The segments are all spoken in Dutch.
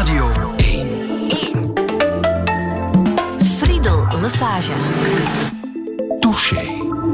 Radio 1. Friedel Lesage. Touché.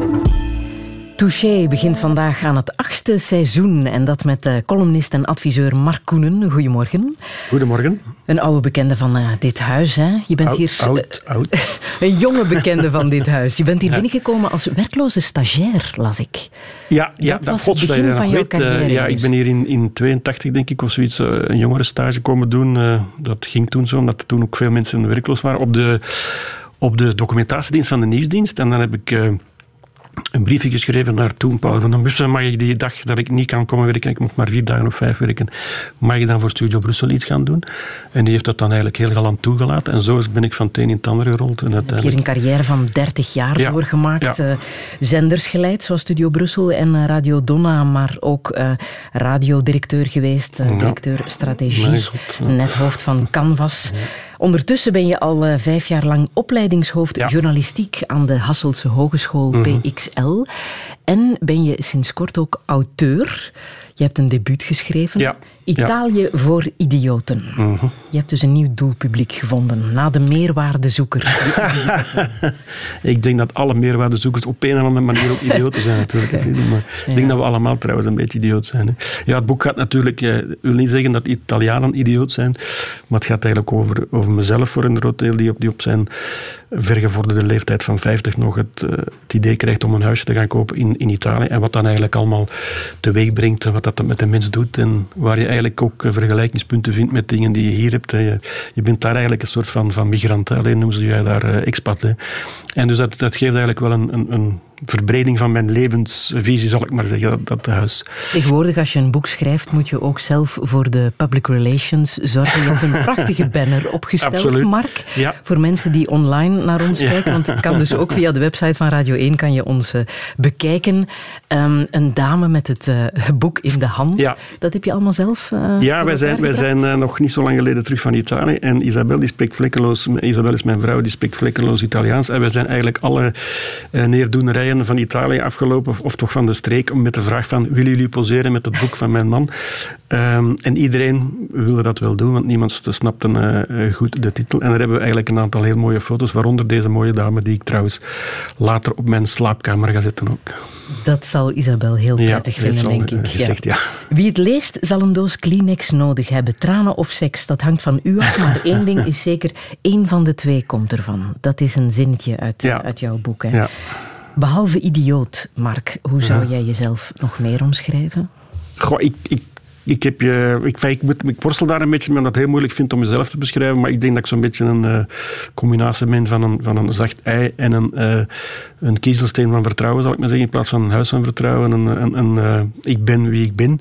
Touché begint vandaag aan het 8e seizoen. En dat met columnist en adviseur Mark Koenen. Goedemorgen. Goedemorgen. Een oude bekende van dit huis, hè? Je bent hier... Oud. Een jonge bekende van dit huis. Je bent hier binnengekomen als werkloze stagiair, las ik. Ja, dat was het begin van jouw carrière. Ja, ik ben hier in 82, denk ik, of zoiets, een jongerenstage komen doen. Dat ging toen zo, omdat er toen ook veel mensen werkloos waren. Op de documentatiedienst van de nieuwsdienst. En dan heb ik... een briefje geschreven naar toen Paul van den Bussen. Mag ik die dag dat ik niet kan komen werken, ik mocht maar 4 dagen of 5 werken, mag ik dan voor Studio Brussel iets gaan doen? En die heeft dat dan eigenlijk heel galant toegelaten. En zo ben ik van het een in het ander gerold. En heb je hier een carrière van 30 jaar voor gemaakt. Ja. Zenders geleid, zoals Studio Brussel en Radio Donna, maar ook radiodirecteur geweest, directeur strategie, net hoofd van Canvas. Ja. Ondertussen ben je al 5 jaar lang opleidingshoofd journalistiek aan de Hasselt Hogeschool PXL. En ben je sinds kort ook auteur. Je hebt een debuut geschreven. Italië voor idioten. Je hebt dus een nieuw doelpubliek gevonden. Na de meerwaardezoeker. Ik denk dat alle meerwaardezoekers op een of andere manier ook idioten zijn natuurlijk. Maar ik denk dat we allemaal trouwens een beetje idioot zijn. Hè. Ja, het boek gaat natuurlijk... Ik wil niet zeggen dat Italianen idioot zijn. Maar het gaat eigenlijk over mezelf voor een groot deel. Die op zijn vergevorderde leeftijd van 50 nog het idee krijgt om een huisje te gaan kopen in Italië. En wat dan eigenlijk allemaal teweeg brengt. Wat dat met de mens doet. En waar je eigenlijk ook vergelijkingspunten vindt met dingen die je hier hebt. Je bent daar eigenlijk een soort van migrant. Alleen noemen ze jij daar expat. Hè. En dus dat geeft eigenlijk wel een verbreding van mijn levensvisie, zal ik maar zeggen, dat huis. Tegenwoordig, als je een boek schrijft, moet je ook zelf voor de public relations zorgen. Je hebt een prachtige banner opgesteld, absoluut. Mark. Ja. Voor mensen die online naar ons kijken. Want het kan dus ook via de website van Radio 1 kan je ons bekijken. Een dame met het boek in de hand. Ja. Dat heb je allemaal zelf wij zijn nog niet zo lang geleden terug van Italië. En Isabel, die spreekt vlekkeloos... Isabel is mijn vrouw, die spreekt vlekkeloos Italiaans. En wij zijn eigenlijk alle neerdoenerijen van Italië afgelopen, of toch van de streek, met de vraag van, willen jullie poseren met het boek van mijn man? En iedereen wilde dat wel doen, want niemand snapte goed de titel. En daar hebben we eigenlijk een aantal heel mooie foto's, waaronder deze mooie dame, die ik trouwens later op mijn slaapkamer ga zetten ook. Dat zal Isabel heel prettig vinden, denk ik. Gezegd, ja. Wie het leest, zal een doos Kleenex nodig hebben. Tranen of seks, dat hangt van u af, maar één ding is zeker, 1 van de 2 komt ervan. Dat is een zinnetje uit jouw boek, hè? Ja. Behalve idioot, Mark, hoe zou jij jezelf nog meer omschrijven? Goh, ik worstel daar een beetje mee, omdat ik het heel moeilijk vind om mezelf te beschrijven, maar ik denk dat ik zo'n beetje een combinatie ben van een zacht ei en een kiezelsteen van vertrouwen, zal ik maar zeggen, in plaats van een huis van vertrouwen. Ik ben wie ik ben.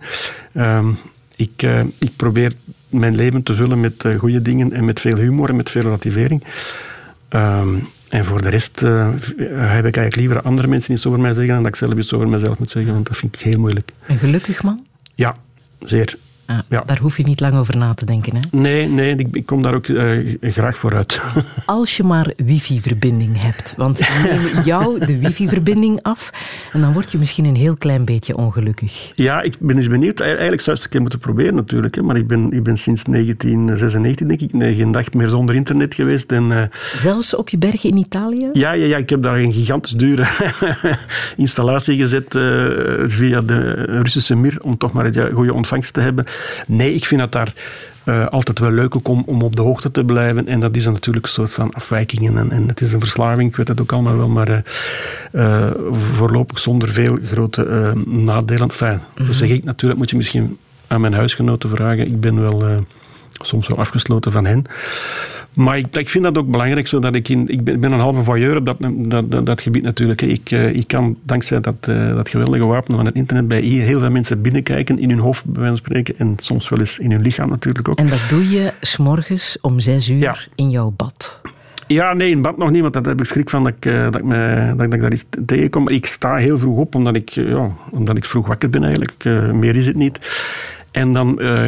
Ik probeer mijn leven te vullen met goede dingen en met veel humor en met veel relativering. En voor de rest heb ik eigenlijk liever andere mensen iets over mij zeggen dan dat ik zelf iets over mezelf moet zeggen, want dat vind ik heel moeilijk. Een gelukkig man? Ja, zeer. Daar hoef je niet lang over na te denken, hè? Nee, ik kom daar ook graag voor uit. Als je maar wifi-verbinding hebt, want dan neem jou de wifi-verbinding af en dan word je misschien een heel klein beetje ongelukkig. Ja, ik ben eens benieuwd. Eigenlijk zou je het een keer moeten proberen natuurlijk, hè, maar ik ben sinds 1996, denk ik, geen dag meer zonder internet geweest. En, zelfs op je bergen in Italië? Ja, ik heb daar een gigantisch dure installatie gezet via de Russische Mir, om toch maar een goede ontvangst te hebben. Nee, ik vind het daar altijd wel leuk ook om op de hoogte te blijven. En dat is dan natuurlijk een soort van afwijkingen. En het is een verslaving, ik weet het ook allemaal wel. Maar voorlopig zonder veel grote nadelen. Fijn, dat zeg ik natuurlijk. Moet je misschien aan mijn huisgenoten vragen. Ik ben wel soms wel afgesloten van hen. Maar ik vind dat ook belangrijk, zodat ik ben een halve voyeur op dat gebied natuurlijk. Ik kan dankzij dat geweldige wapen van het internet bij heel veel mensen binnenkijken, in hun hoofd bij wijze van spreken, en soms wel eens in hun lichaam natuurlijk ook. En dat doe je 's morgens om 6 uur in jouw bad? Ja, nee, in bad nog niet, want daar heb ik schrik van dat ik daar iets tegenkom. Maar ik sta heel vroeg op, omdat ik vroeg wakker ben eigenlijk. Meer is het niet. En dan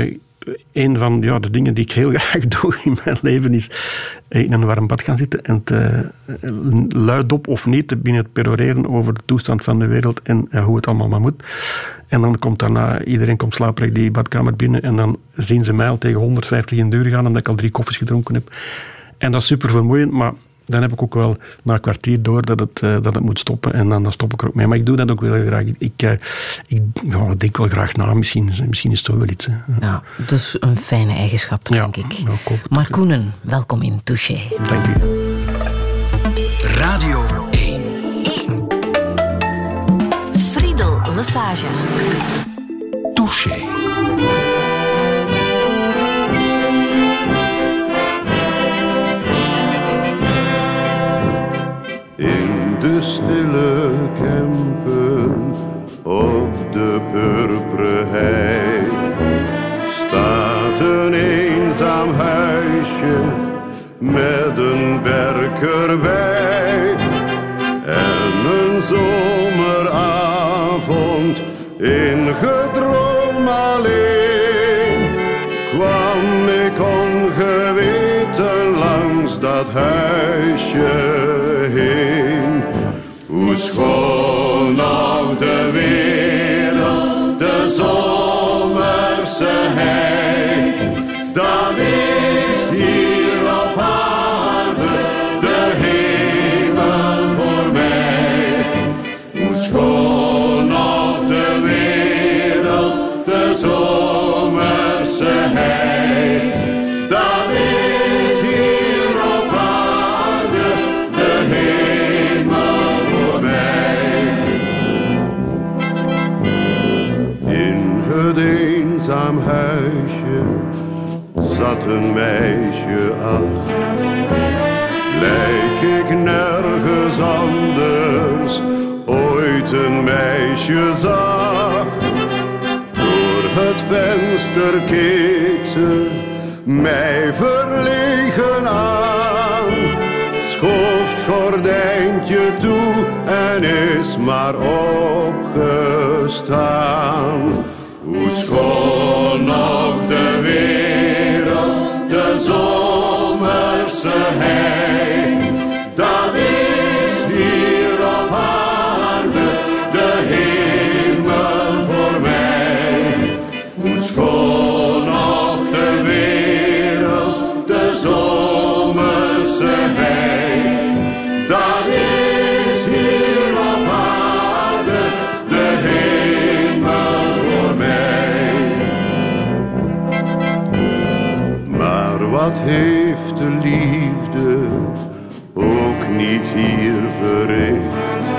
een van de dingen die ik heel graag doe in mijn leven is in een warm bad gaan zitten en luidop of niet binnen het peroreren over de toestand van de wereld en hoe het allemaal maar moet. En dan komt daarna, iedereen komt slaperig die badkamer binnen en dan zien ze mij al tegen 150 in de uur gaan omdat ik al 3 koffies gedronken heb. En dat is super vermoeiend, maar dan heb ik ook wel na een kwartier door dat het moet stoppen en dan stop ik er ook mee. Maar ik doe dat ook wel heel graag. Ik denk wel graag na, misschien is het zo wel iets. Hè. Ja, dus een fijne eigenschap, denk ik. Ja, Mark Koenen, welkom in Touché. Dank u. Radio 1. Friedel Lesage. Touché. In de stille Kempen op de purperen hei staat een eenzaam huisje met een berk erbij. En een zomeravond in gedroom alleen kwam ik ongeweten langs dat huisje heen. Hoe schoon nog de wereld, de zomerse hei, dat is hier op aarde de hemel voor mij. Hoe schoon nog de wereld, de zomerse hei, dat is hier op aarde de hemel voor mij. In het eenzaam huisje zat een meisje acht. Lijk ik nergens anders ooit een meisje zag. Door het venster keek ze mij verlegen aan, schoof het gordijntje toe en is maar opgestaan. Hoe schoon nog de wereld, de zomerse hei, dat is hier op aarde de hemel voor mij. Hoe schoon nog de wereld, de zomerse hei, dat is hier op aarde de hemel voor mij. Maar wat heeft de liefde ook niet hier verricht?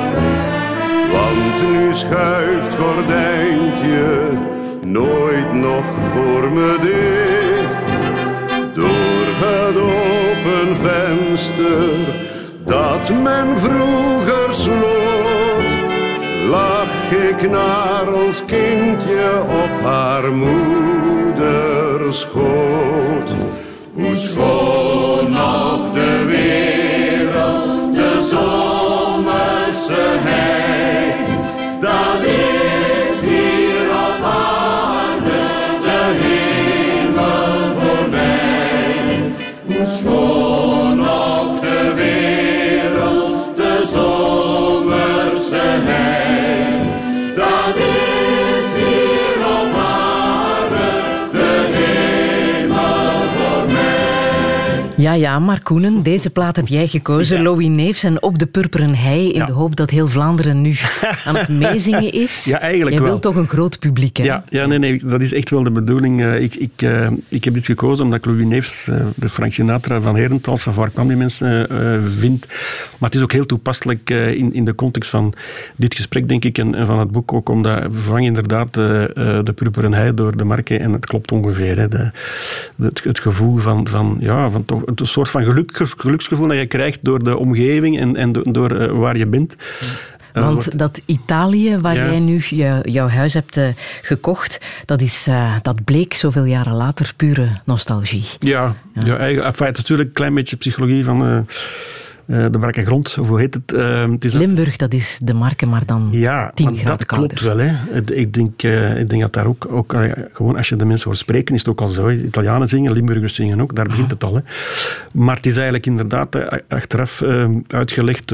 Want nu schuift gordijntje nooit nog voor me dicht. Door het open venster dat men vroeger sloot, lag ik naar ons kindje op haar moeders schoot. Hoe schoon nog de wereld, de zomerse hei, dat is hier op aarde de hemel voor mij. Hoe schoon nog de wereld, de zomerse hei, dat is hier op aarde de hemel voor mij. Ja, Mark Koenen, deze plaat heb jij gekozen. Ja. Louis Neefs en Op de Purperen Hei, in de hoop dat heel Vlaanderen nu aan het meezingen is. Ja, eigenlijk jij wel. wilt toch een groot publiek, hè? Ja, nee, dat is echt wel de bedoeling. Ik heb dit gekozen omdat ik Louis Neefs, de Frank Sinatra van Herentals, van waar kwam die mensen, vind. Maar het is ook heel toepasselijk in de context van dit gesprek, denk ik, en van het boek ook, omdat we vervangen inderdaad de Purperen Hei door de Marke, en het klopt ongeveer. Hè, het gevoel van toch een soort van geluksgevoel dat je krijgt door de omgeving en door waar je bent. Want dat Italië, waar jij nu jouw huis hebt gekocht, dat bleek zoveel jaren later pure nostalgie. Ja, eigenlijk, het is natuurlijk een klein beetje psychologie van de brakke grond, of hoe heet het? Het is Limburg, dat is de Marke, maar dan 10 graden dat kouder. Klopt wel. Hè. Ik denk dat daar ook gewoon als je de mensen hoort spreken, is het ook al zo. Hè. Italianen zingen, Limburgers zingen ook, daar begint het al. Hè. Maar het is eigenlijk inderdaad achteraf uitgelegd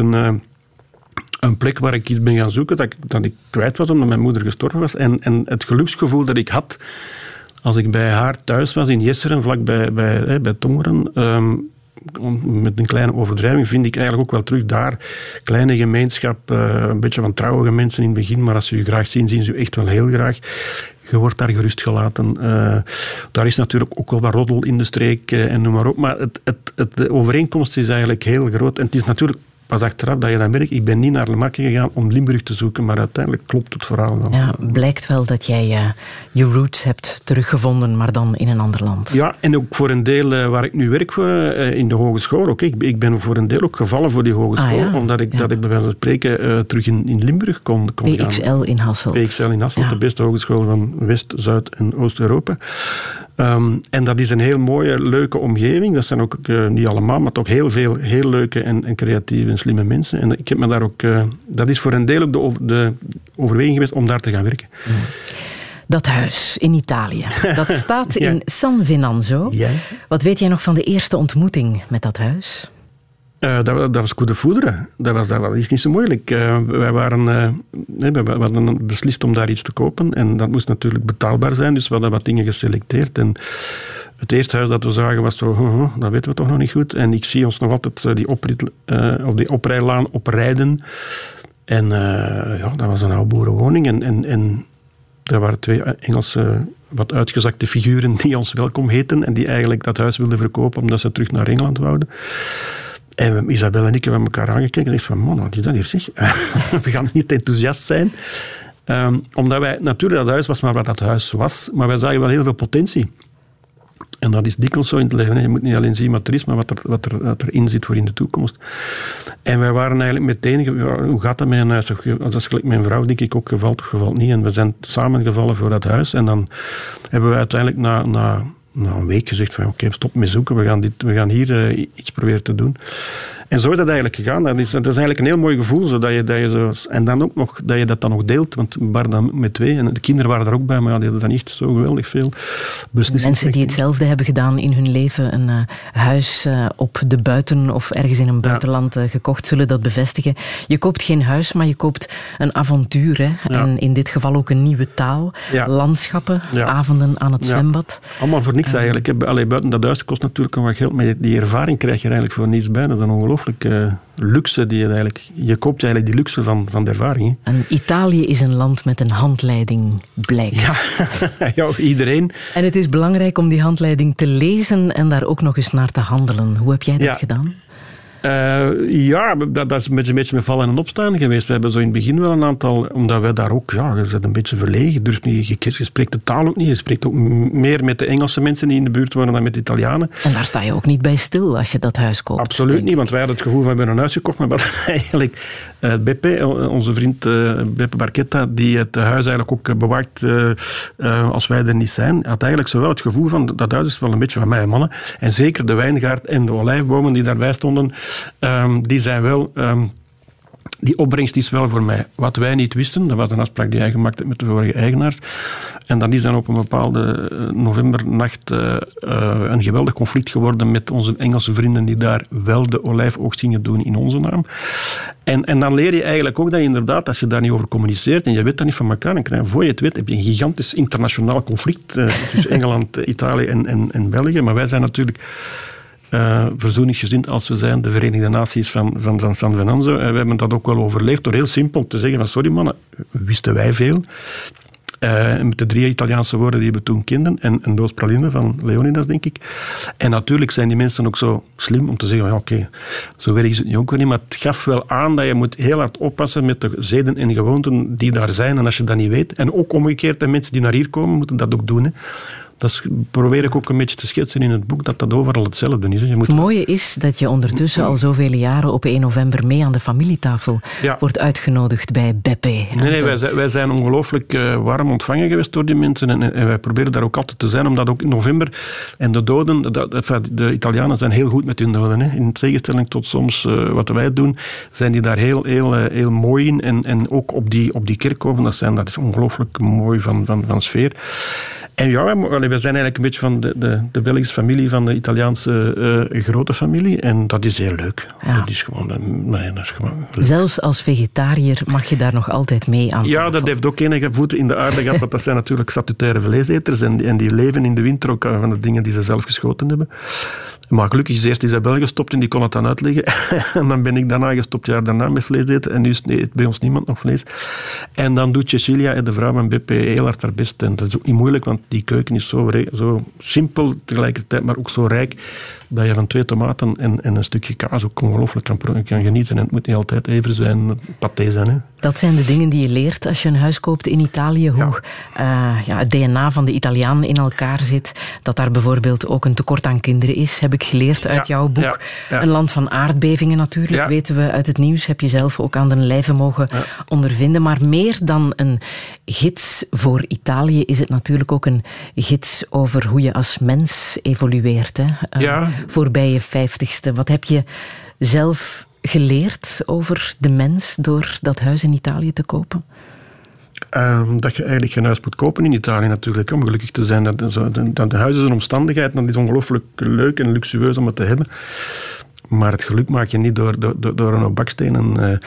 een plek waar ik iets ben gaan zoeken dat ik kwijt was omdat mijn moeder gestorven was. En het geluksgevoel dat ik had als ik bij haar thuis was in Jesseren, vlakbij bij Tongeren, met een kleine overdrijving, vind ik eigenlijk ook wel terug daar. Kleine gemeenschap, een beetje van trouwige mensen in het begin, maar als ze je graag zien ze je echt wel heel graag. Je wordt daar gerust gelaten. Daar is natuurlijk ook wel wat roddel in de streek en noem maar op. Maar de overeenkomst is eigenlijk heel groot. En het is natuurlijk pas achteraf dat je dan merkt, ik ben niet naar Le Marque gegaan om Limburg te zoeken, maar uiteindelijk klopt het verhaal wel. Ja, blijkt wel dat jij je roots hebt teruggevonden, maar dan in een ander land. Ja, en ook voor een deel waar ik nu werk voor, in de hogeschool. Ook. Ik ben voor een deel ook gevallen voor die hogeschool, omdat ik dat ik bij wijze van spreken terug in Limburg kon gaan. PXL in Hasselt. PXL in Hasselt, de beste hogeschool van West-, Zuid- en Oost-Europa. En dat is een heel mooie, leuke omgeving. Dat zijn ook niet allemaal, maar toch heel veel heel leuke en creatieve en slimme mensen. En ik heb me daar ook... dat is voor een deel ook de overweging geweest om daar te gaan werken. Dat huis in Italië, dat staat in San Venanzo. Ja. Wat weet jij nog van de eerste ontmoeting met dat huis? Dat was coup de foudre. Dat is niet zo moeilijk. We hadden beslist om daar iets te kopen en dat moest natuurlijk betaalbaar zijn, dus we hadden wat dingen geselecteerd. En het eerste huis dat we zagen was zo, dat weten we toch nog niet goed. En ik zie ons nog altijd op die oprijlaan oprijden. En dat was een oude boerenwoning. En er waren 2 Engelse wat uitgezakte figuren die ons welkom heten en die eigenlijk dat huis wilden verkopen omdat ze terug naar Engeland wouden. En Isabel en ik hebben elkaar aangekeken en dachten van, man, wat is dat hier zeg? We gaan niet enthousiast zijn. Omdat wij, natuurlijk dat huis was maar wat dat huis was, maar wij zagen wel heel veel potentie. En dat is dikwijls zo in het leven. Je moet niet alleen zien wat er is, maar wat erin zit voor in de toekomst. En wij waren eigenlijk meteen, hoe gaat dat met een huis? Dat is gelijk mijn vrouw, denk ik, ook gevalt of gevalt niet. En we zijn samengevallen voor dat huis. En dan hebben we uiteindelijk na een week gezegd van oké, stop met zoeken, we gaan hier iets proberen te doen. En zo is dat eigenlijk gegaan. Dat is eigenlijk een heel mooi gevoel. Zodat je zo, en dan ook nog dat je dat dan nog deelt. Want we waren dan met 2 en de kinderen waren er ook bij, maar die hadden dan niet zo geweldig veel beslissingen. Mensen die hetzelfde hebben gedaan in hun leven, een huis op de buiten of ergens in een buitenland gekocht, zullen dat bevestigen. Je koopt geen huis, maar je koopt een avontuur. Hè? Ja. En in dit geval ook een nieuwe taal, landschappen, avonden aan het zwembad. Allemaal voor niks eigenlijk. Buiten dat huis kost natuurlijk wat geld, maar die ervaring krijg je eigenlijk voor niets bij. Dat is een ongelooflijke luxe die je koopt eigenlijk die luxe van de ervaring. Hè. En Italië is een land met een handleiding, blijkt. Ja, iedereen. En het is belangrijk om die handleiding te lezen en daar ook nog eens naar te handelen. Hoe heb jij dat gedaan? Dat is een beetje met vallen en opstaan geweest. We hebben zo in het begin wel een aantal, omdat wij daar ook, je bent een beetje verlegen, je spreekt de taal ook niet, je spreekt ook meer met de Engelse mensen die in de buurt wonen dan met de Italianen. En daar sta je ook niet bij stil als je dat huis koopt. Absoluut niet, want wij hadden het gevoel, we hebben een huis gekocht, maar wat eigenlijk Beppe, onze vriend Beppe Barchetta, die het huis eigenlijk ook bewaakt als wij er niet zijn, had eigenlijk zowel het gevoel van, dat huis is wel een beetje van mij en mannen. En zeker de wijngaard en de olijfbomen die daarbij stonden, die zijn wel... die opbrengst is wel voor mij. Wat wij niet wisten, dat was een afspraak die hij gemaakt heeft met de vorige eigenaars. En dat is dan op een bepaalde novembernacht een geweldig conflict geworden met onze Engelse vrienden die daar wel de olijfoogst gingen doen in onze naam. En dan leer je eigenlijk ook dat je inderdaad, als je daar niet over communiceert en je weet dat niet van elkaar, dan krijg je, voor je het weet, heb je een gigantisch internationaal conflict tussen Engeland, Italië en België. Maar wij zijn natuurlijk... verzoeningsgezind als we zijn, de Verenigde Naties van San Venanzo. We hebben dat ook wel overleefd door heel simpel te zeggen van sorry mannen, wisten wij veel. Met de 3 Italiaanse woorden die we toen kenden en een doos praline van Leonidas, denk ik. En natuurlijk zijn die mensen ook zo slim om te zeggen, oké, zo erg is het nu ook weer niet, maar het gaf wel aan dat je moet heel hard oppassen met de zeden en gewoonten die daar zijn en als je dat niet weet. En ook omgekeerd, de mensen die naar hier komen, moeten dat ook doen. Hè. probeer ik ook een beetje te schetsen in het boek, dat overal hetzelfde is. Het mooie is dat je ondertussen al zoveel jaren op 1 november mee aan de familietafel wordt uitgenodigd bij Beppe. Nee, wij zijn ongelooflijk warm ontvangen geweest door die mensen en wij proberen daar ook altijd te zijn, omdat ook in november en de doden, de Italianen zijn heel goed met hun doden. Hè. In tegenstelling tot soms wat wij doen, zijn die daar heel mooi in en ook op die kerkhoven, dat is ongelooflijk mooi van sfeer. En ja, we zijn eigenlijk een beetje van de Belgische familie van de Italiaanse grote familie. En dat is heel leuk. Ja. Dat is gewoon Zelfs als vegetariër mag je daar nog altijd mee aan. Ja, dat heeft ook enige voeten in de aarde gehad, want dat zijn natuurlijk statutaire vleeseters en die leven in de winter ook van de dingen die ze zelf geschoten hebben. Maar gelukkig is eerst Isabel gestopt en die kon het dan uitleggen. En dan ben ik daarna gestopt, jaar daarna met vlees eten. En nu eet bij ons niemand nog vlees. En dan doet Cecilia, de vrouw van Beppe, heel hard haar best. En dat is ook niet moeilijk, want die keuken is zo simpel tegelijkertijd, maar ook zo rijk, dat je van 2 tomaten en een stukje kaas ook ongelooflijk kan genieten. En het moet niet altijd even zijn, paté zijn. Hè. Dat zijn de dingen die je leert als je een huis koopt in Italië. Hoe het DNA van de Italiaan in elkaar zit. Dat daar bijvoorbeeld ook een tekort aan kinderen is, heb ik geleerd uit jouw boek. Ja. Een land van aardbevingen natuurlijk, weten we uit het nieuws. Heb je zelf ook aan de lijve mogen ondervinden. Maar meer dan een gids voor Italië is het natuurlijk ook een gids over hoe je als mens evolueert. Hè? Voorbij je 50ste. Wat heb je zelf geleerd over de mens door dat huis in Italië te kopen? Dat je eigenlijk geen huis moet kopen in Italië natuurlijk, om gelukkig te zijn. Dat de huis is een omstandigheid, dat is ongelooflijk leuk en luxueus om het te hebben. Maar het geluk maak je niet door een bakstenen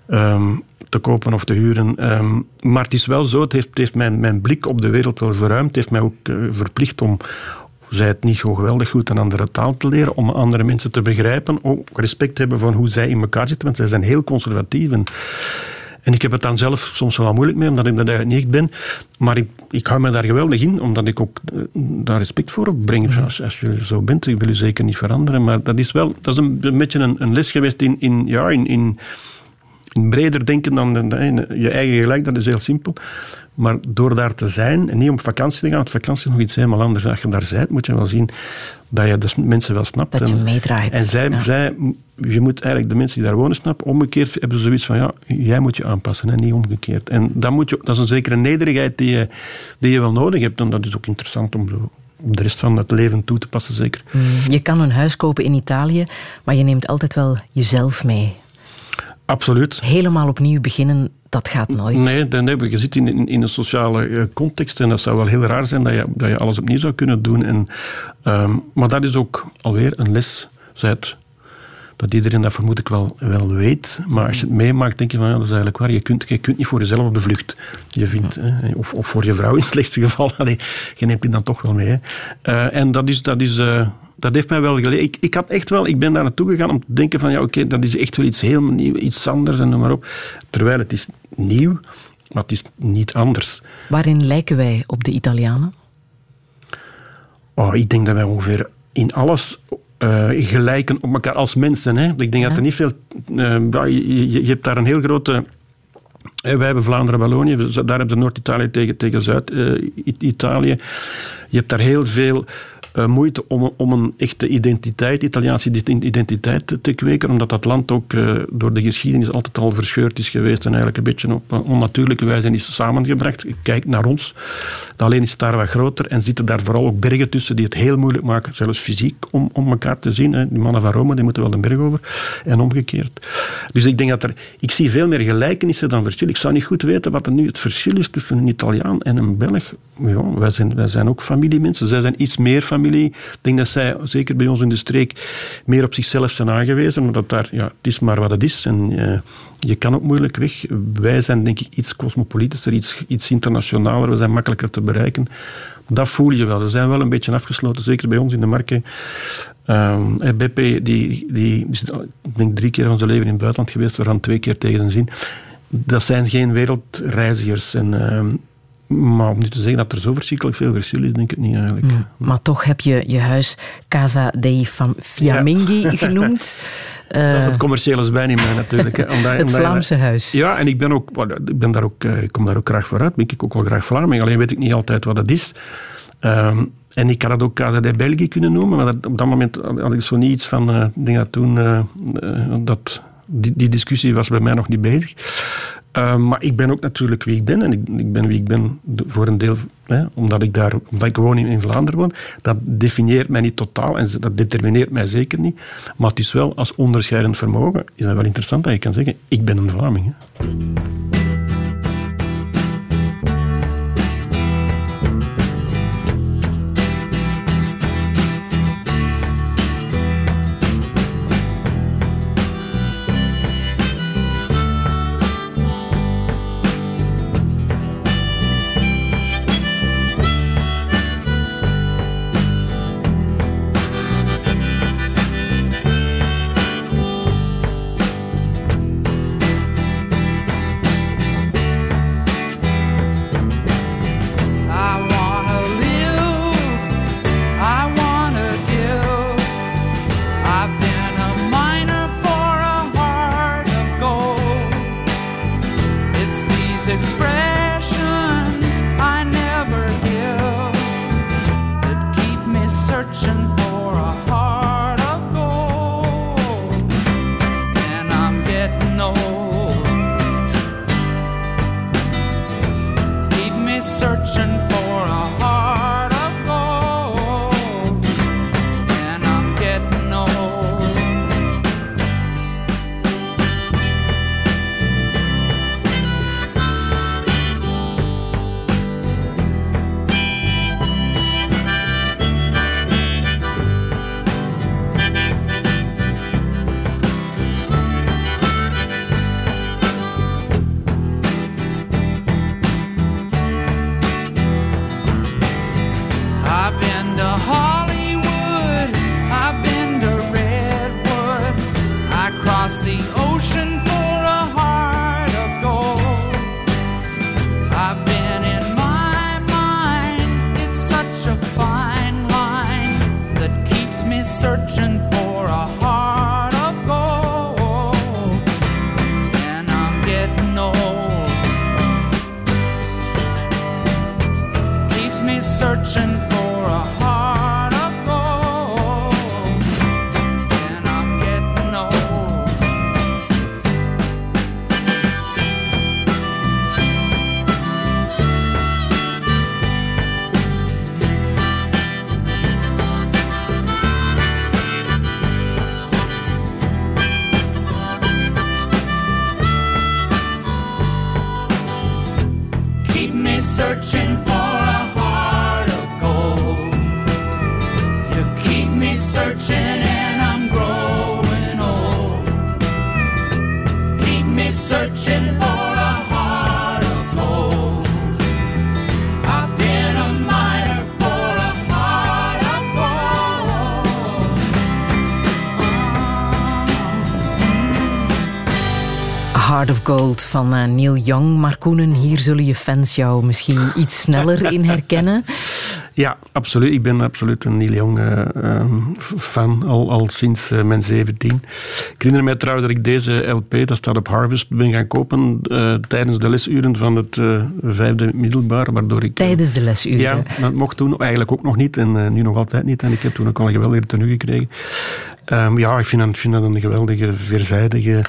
te kopen of te huren. Maar het is wel zo, het heeft mijn blik op de wereld wel verruimd. Het heeft mij ook verplicht om, zij het niet zo geweldig goed een andere taal te leren, om andere mensen te begrijpen, ook respect te hebben van hoe zij in elkaar zitten, want zij zijn heel conservatief. En ik heb het dan zelf soms wel moeilijk mee, omdat ik dat eigenlijk niet echt ben. Maar ik hou me daar geweldig in, omdat ik ook daar respect voor opbreng. Als je zo bent, ik wil je zeker niet veranderen. Maar dat is een beetje een les geweest in breder denken dan je eigen gelijk. Dat is heel simpel. Maar door daar te zijn en niet op vakantie te gaan, want vakantie is nog iets helemaal anders. Als je daar bent, moet je wel zien dat je de mensen wel snapt. Dat je meedraait. En zij, je moet eigenlijk de mensen die daar wonen snappen. Omgekeerd hebben ze zoiets van, jij moet je aanpassen en niet omgekeerd. En dat is een zekere nederigheid die je wel nodig hebt. En dat is ook interessant om zo op de rest van het leven toe te passen, zeker. Je kan een huis kopen in Italië, maar je neemt altijd wel jezelf mee. Absoluut. Helemaal opnieuw beginnen, dat gaat nooit. Nee, je zit in een sociale context en dat zou wel heel raar zijn dat je alles opnieuw zou kunnen doen. Maar dat is ook alweer een les, dat iedereen dat vermoed ik wel weet. Maar als je het meemaakt, denk je van, dat is eigenlijk waar. Je kunt niet voor jezelf op de vlucht. Je vindt, of voor je vrouw in het slechtste geval. Je neemt die dan toch wel mee. En dat heeft mij wel geleerd. Ik ben daar naartoe gegaan om te denken van, dat is echt wel iets heel nieuw, iets anders en noem maar op. Terwijl het is nieuw, maar het is niet anders. Waarin lijken wij op de Italianen? Ik denk dat wij ongeveer in alles gelijken op elkaar als mensen. Hè. Ik denk dat er niet veel... je hebt daar een heel grote... Wij hebben Vlaanderen-Wallonië, daar hebben ze Noord-Italië tegen Zuid-Italië. Je hebt daar heel veel moeite om een echte identiteit, Italiaanse identiteit te kweken, omdat dat land ook door de geschiedenis altijd al verscheurd is geweest en eigenlijk een beetje op een onnatuurlijke wijze is samengebracht. Kijk naar ons. Alleen is het daar wat groter en zitten daar vooral ook bergen tussen die het heel moeilijk maken, zelfs fysiek, om elkaar te zien. Die mannen van Rome, die moeten wel de berg over en omgekeerd. Dus ik denk dat ik zie veel meer gelijkenissen dan verschil. Ik zou niet goed weten wat er nu het verschil is tussen een Italiaan en een Belg. Ja, wij zijn ook familiemensen. Zij zijn iets meer familie. Ik denk dat zij, zeker bij ons in de streek, meer op zichzelf zijn aangewezen. Omdat daar, het is maar wat het is. En je kan ook moeilijk weg. Wij zijn denk ik iets cosmopolitischer, iets internationaler. We zijn makkelijker te bereiken. Dat voel je wel. Ze zijn wel een beetje afgesloten, zeker bij ons in de markt. Beppe, die is, ik denk 3 keer van zijn leven in het buitenland geweest, waarvan 2 keer tegen zijn zin. Dat zijn geen wereldreizigers. Maar om nu te zeggen dat er zo verschrikkelijk veel verschil is, denk ik niet eigenlijk. Maar toch heb je je huis Casa dei Fiamminghi genoemd. Dat is het commerciële bij niet meer natuurlijk. Het Vlaamse huis. Ja, en ik kom daar ook graag vooruit. Ben ik ook wel graag Vlaming. Alleen weet ik niet altijd wat dat is. En ik had het ook KZD België kunnen noemen, maar op dat moment had ik zo niet iets van... ik denk dat toen... die discussie was bij mij nog niet bezig. Maar ik ben ook natuurlijk wie ik ben. En ik ben wie ik ben voor een deel... omdat ik gewoon in Vlaanderen woon. Dat definieert mij niet totaal en dat determineert mij zeker niet. Maar het is wel als onderscheidend vermogen... is dat wel interessant dat je kan zeggen... ik ben een Vlaming. Hè. Heart of Gold van Neil Young. Maar Koenen, hier zullen je fans jou misschien iets sneller in herkennen. Ja, absoluut. Ik ben absoluut een Neil Young fan, al sinds mijn 17. Ik herinner mij trouwens dat ik deze LP, dat staat op Harvest, ben gaan kopen tijdens de lesuren van het 5e middelbaar, waardoor ik... Tijdens de lesuren? Ja, dat mocht toen eigenlijk ook nog niet en nu nog altijd niet. En ik heb toen ook al een geweldige tenue gekregen. Ik vind dat een geweldige, veelzijdige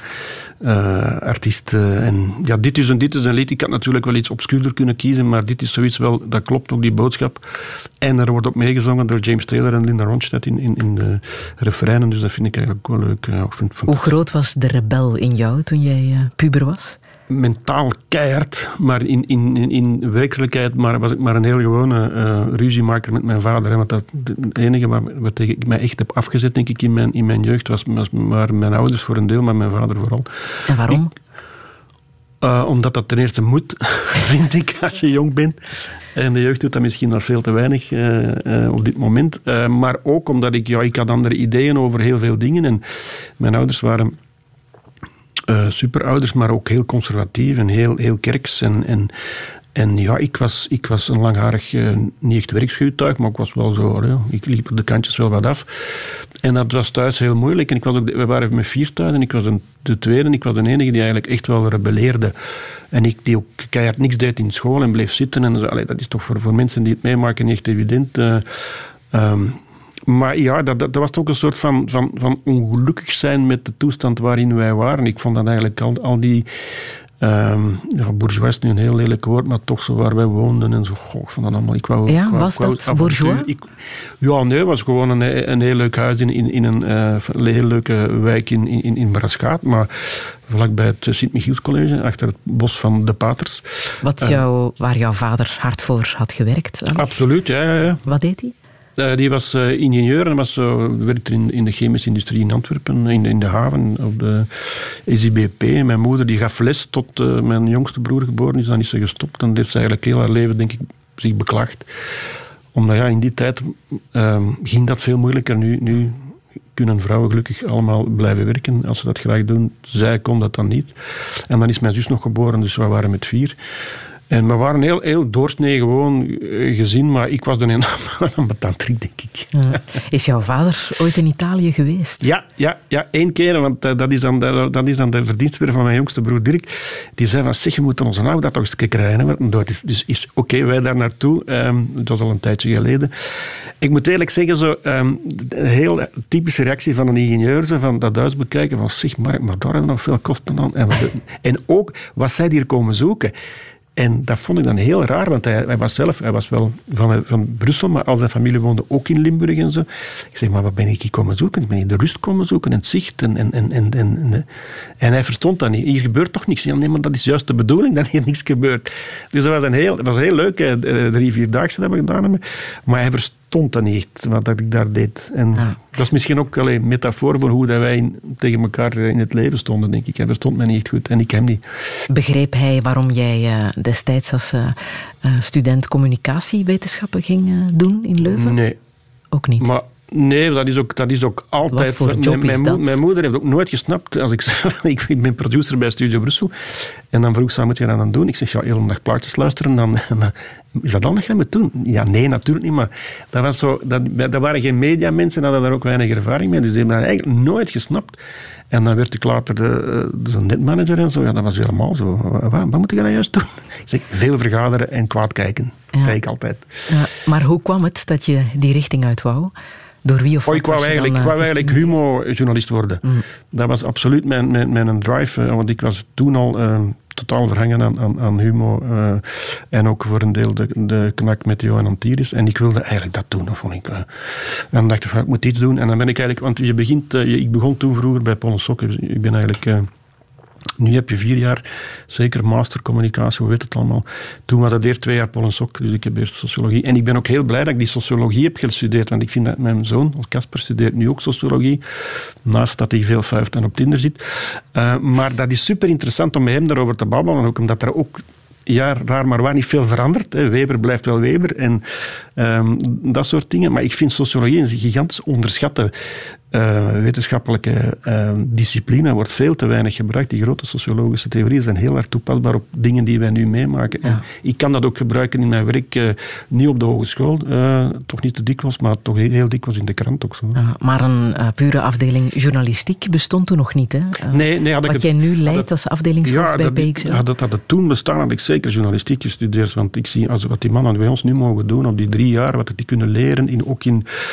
artiest. En ja, dit is een lied. Ik had natuurlijk wel iets obscuurder kunnen kiezen, maar dit is zoiets wel, dat klopt ook, die boodschap. En er wordt ook meegezongen door James Taylor en Linda Ronstadt in de refreinen, dus dat vind ik eigenlijk ook wel leuk. Hoe groot was de rebel in jou toen jij puber was? Mentaal keihard, maar in werkelijkheid was ik maar een heel gewone ruziemaker met mijn vader. Hè, want dat het enige wat ik mij echt heb afgezet, denk ik, in mijn jeugd, waren mijn ouders voor een deel, maar mijn vader vooral. En waarom? Omdat dat ten eerste moet, vind ik, als je jong bent. En de jeugd doet dat misschien nog veel te weinig op dit moment. Maar ook omdat ik had andere ideeën over heel veel dingen. En mijn ouders waren superouders, maar ook heel conservatief en heel kerks. En En ja, ik was een langharig, niet echt werkschuwtuig, maar ik was wel zo, ik liep er de kantjes wel wat af. En dat was thuis heel moeilijk. En we waren met 4 thuis en ik was de tweede en ik was de enige die eigenlijk echt wel rebelleerde. En die ook keihard niks deed in school en bleef zitten. En zo. Allee, dat is toch voor mensen die het meemaken niet echt evident. Maar ja, dat was ook een soort van ongelukkig zijn met de toestand waarin wij waren. Ik vond dat eigenlijk al die... bourgeois is nu een heel lelijk woord, maar toch zo waar wij woonden en zo. Goh, ik vond dat allemaal... was dat bourgeois? Het was gewoon een heel leuk huis in een heel leuke wijk in Braschaat, maar vlakbij het Sint-Michielscollege, achter het bos van de Paters. Waar jouw vader hard voor had gewerkt? Absoluut, ja. Wat deed hij? Die was ingenieur en werkte in de chemische industrie in Antwerpen, in de haven, op de SIBP. Mijn moeder die gaf les tot mijn jongste broer geboren is, dan is ze gestopt. Dan heeft ze eigenlijk heel haar leven, denk ik, zich beklaagd. Omdat in die tijd ging dat veel moeilijker. Nu kunnen vrouwen gelukkig allemaal blijven werken als ze dat graag doen. Zij kon dat dan niet. En dan is mijn zus nog geboren, dus we waren met 4. En we waren een heel doorsnee gewoon gezin, maar ik was dan een ambetantrik, denk ik. Is jouw vader ooit in Italië geweest? Ja, 1 keer, want dat is dan de verdienste van mijn jongste broer Dirk. Die zei van, zeg, je moet onze oude dat toch eens krijgen. Dus is oké, wij daar naartoe. Dat was al een tijdje geleden. Ik moet eerlijk zeggen, zo, een heel typische reactie van een ingenieur, zo, van dat huis bekijken, van zeg, maar daar hebben nog veel kosten aan. En ook, wat zij hier komen zoeken. En dat vond ik dan heel raar, want hij was wel van Brussel, maar al zijn familie woonde ook in Limburg en zo. Ik zeg, maar wat ben ik hier komen zoeken? Ik ben hier de rust komen zoeken en het zicht. En hij verstond dat niet. Hier gebeurt toch niks? Ja, nee, maar dat is juist de bedoeling, dat hier niks gebeurt. Dus dat was heel leuk, 3-4 dagen dat we gedaan hebben. Maar hij verstond dat niet echt, wat ik daar deed. En dat is misschien ook een metafoor voor hoe dat wij tegen elkaar in het leven stonden, denk ik. Hij verstond mij niet echt goed en ik hem niet. Begreep hij waarom jij destijds als student communicatiewetenschappen ging doen in Leuven? Nee. Ook niet? Maar nee, dat is ook altijd... Wat voor job is dat? Mijn moeder heeft ook nooit gesnapt. Als ik ben producer bij Studio Brussel. En dan vroeg ze, wat moet je dan aan doen? Ik zeg, heel een dag plaatjes luisteren. Dan, is dat dan wat jij moet doen? Ja, nee, natuurlijk niet. Maar dat was zo, dat waren geen mediamensen, hadden daar ook weinig ervaring mee. Dus die hebben dat eigenlijk nooit gesnapt. En dan werd ik later de netmanager en zo. Ja, dat was helemaal zo. Wat moet ik dan juist doen? Ik zeg, veel vergaderen en kwaad kijken. Ja. Kijk altijd. Ja, maar hoe kwam het dat je die richting uit wou? Door wie of wat? Ik wou eigenlijk humo-journalist worden. Dat was absoluut mijn drive. Want ik was toen al totaal verhangen aan humo. En ook voor een deel de knak met Johan Antiris. En ik wilde eigenlijk dat doen. Vond ik. En dan dacht ik, ik moet iets doen. En dan ben ik eigenlijk... Want ik begon toen vroeger bij Polensok. Ik ben eigenlijk... Nu heb je 4 jaar, zeker mastercommunicatie, hoe weet het allemaal. Toen was dat eerst 2 jaar Polensok, dus ik heb eerst sociologie. En ik ben ook heel blij dat ik die sociologie heb gestudeerd, want ik vind dat mijn zoon, Casper, studeert nu ook sociologie, naast dat hij veel fuift en op Tinder zit. Maar dat is super interessant om met hem daarover te babbelen, ook omdat er ook... Ja, raar maar waar, niet veel veranderd. Weber blijft wel Weber en dat soort dingen. Maar ik vind sociologie een gigantisch onderschatte wetenschappelijke discipline. Wordt veel te weinig gebruikt. Die grote sociologische theorieën zijn heel erg toepasbaar op dingen die wij nu meemaken. Ja. En ik kan dat ook gebruiken in mijn werk, niet op de hogeschool, toch niet te dikwijls, maar toch heel dikwijls in de krant ook zo. Maar een pure afdeling journalistiek bestond toen nog niet, hè? Nee, wat jij nu leidt als afdelingshoofd bij BXL? Ja, dat had het toen bestaan, had ik zeker journalistiek gestudeerd, want ik zie wat die mannen bij ons nu mogen doen, op die 3 jaar, wat die kunnen leren, ook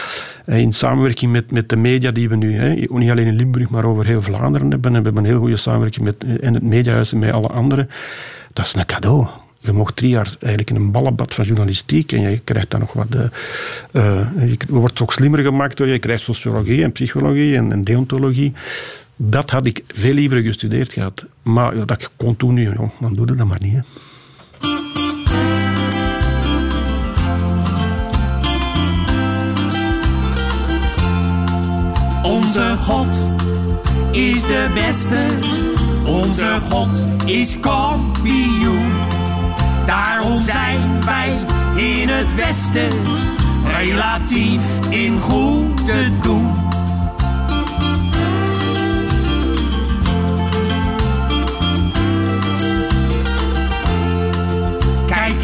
in samenwerking met de media die we nu, niet alleen in Limburg, maar over heel Vlaanderen hebben. En we hebben een heel goede samenwerking en het mediahuis en met alle anderen. Dat is een cadeau. Je mocht 3 jaar eigenlijk in een ballenbad van journalistiek en je krijgt dan nog wat... je wordt ook slimmer gemaakt door je krijgt sociologie en psychologie en deontologie. Dat had ik veel liever gestudeerd gehad. Maar dat kon toen niet, dan doe je dat maar niet. Hè. Onze God is de beste, onze God is kampioen. Daarom zijn wij in het Westen relatief in goed te doen. Kijk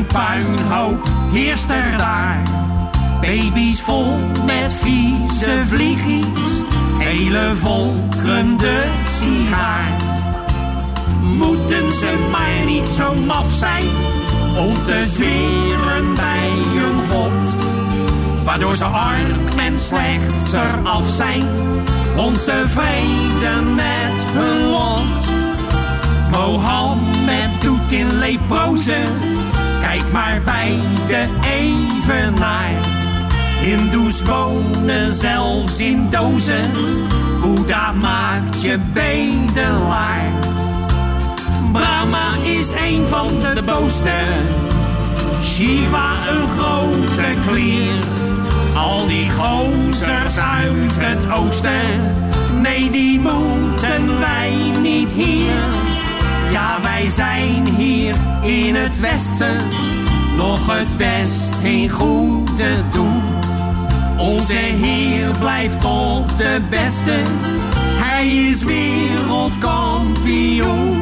puinhoop heerst er daar. Baby's vol met vieze vliegjes, hele volkeren de sigaar. Moeten ze maar niet zo maf zijn om te zweren bij een god, waardoor ze arm en slechts eraf zijn, ontevreden met hun lot. Mohammed doet in leproze, kijk maar bij de evenaar. Hindoes wonen zelfs in dozen, Boeddha maakt je bedelaar. Brahma is een van de boosten, Shiva een grote klier. Al die gozers uit het oosten, nee die moeten wij niet hier. Ja, wij zijn hier in het westen nog het best in goede doen. Onze Heer blijft toch de beste, hij is wereldkampioen.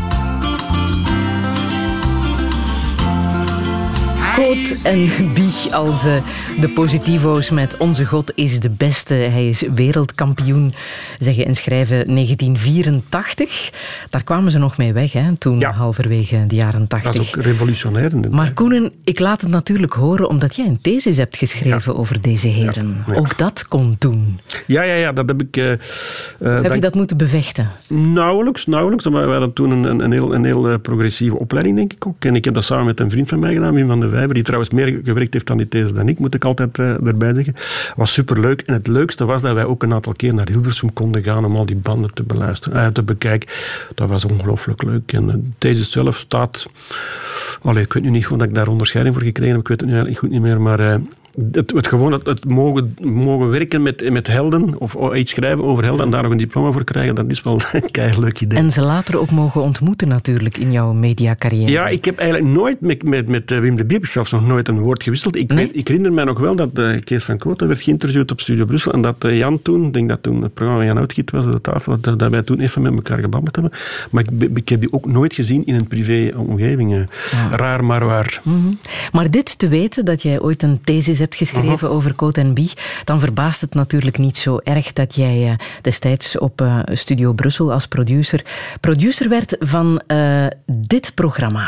Koot en Bieg als de positivo's met Onze God is de beste. Hij is wereldkampioen, zeggen en schrijven 1984. Daar kwamen ze nog mee weg, hè, toen halverwege de jaren 80. Dat is ook revolutionair. Maar Koenen, ik laat het natuurlijk horen omdat jij een thesis hebt geschreven over deze heren. Ja. Ook dat kon toen. Ja, dat heb ik... heb je dat moeten bevechten? Nauwelijks. Maar we hadden toen een heel progressieve opleiding, denk ik ook. En ik heb dat samen met een vriend van mij gedaan, Wim van de Vijver, die trouwens meer gewerkt heeft aan die these dan ik, moet ik altijd erbij zeggen. Was superleuk. En het leukste was dat wij ook een aantal keer naar Hilversum konden gaan om al die banden te beluisteren, te bekijken. Dat was ongelooflijk leuk. En de these zelf staat... ik weet nu niet hoe ik daar onderscheiding voor gekregen heb, ik weet het nu eigenlijk goed niet meer, maar... Het mogen werken met helden, of iets schrijven over helden en daar nog een diploma voor krijgen, dat is wel een keihard idee. En ze later ook mogen ontmoeten natuurlijk in jouw mediacarrière. Ja, ik heb eigenlijk nooit met Wim de Biep zelfs nog nooit een woord gewisseld. Ik herinner mij nog wel dat Kees van Kooten werd geïnterviewd op Studio Brussel en dat Jan toen, ik denk dat toen het programma Jan Uitgiet was, de tafel, dat wij toen even met elkaar gebabbeld hebben. Maar ik heb die ook nooit gezien in een privé-omgeving. Raar, maar waar. Mm-hmm. Maar dit te weten, dat jij ooit een thesis hebt geschreven over Koot en Bieg, dan verbaast het natuurlijk niet zo erg dat jij destijds op Studio Brussel als producer werd van dit programma.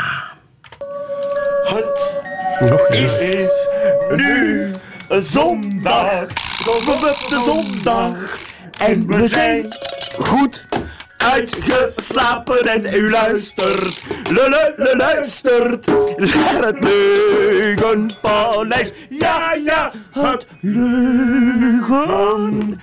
Het is nu zondag, de zondag, en we zijn goed uitgeslapen en u luistert, luistert naar het Leugenpaleis. Ja, het Leugen.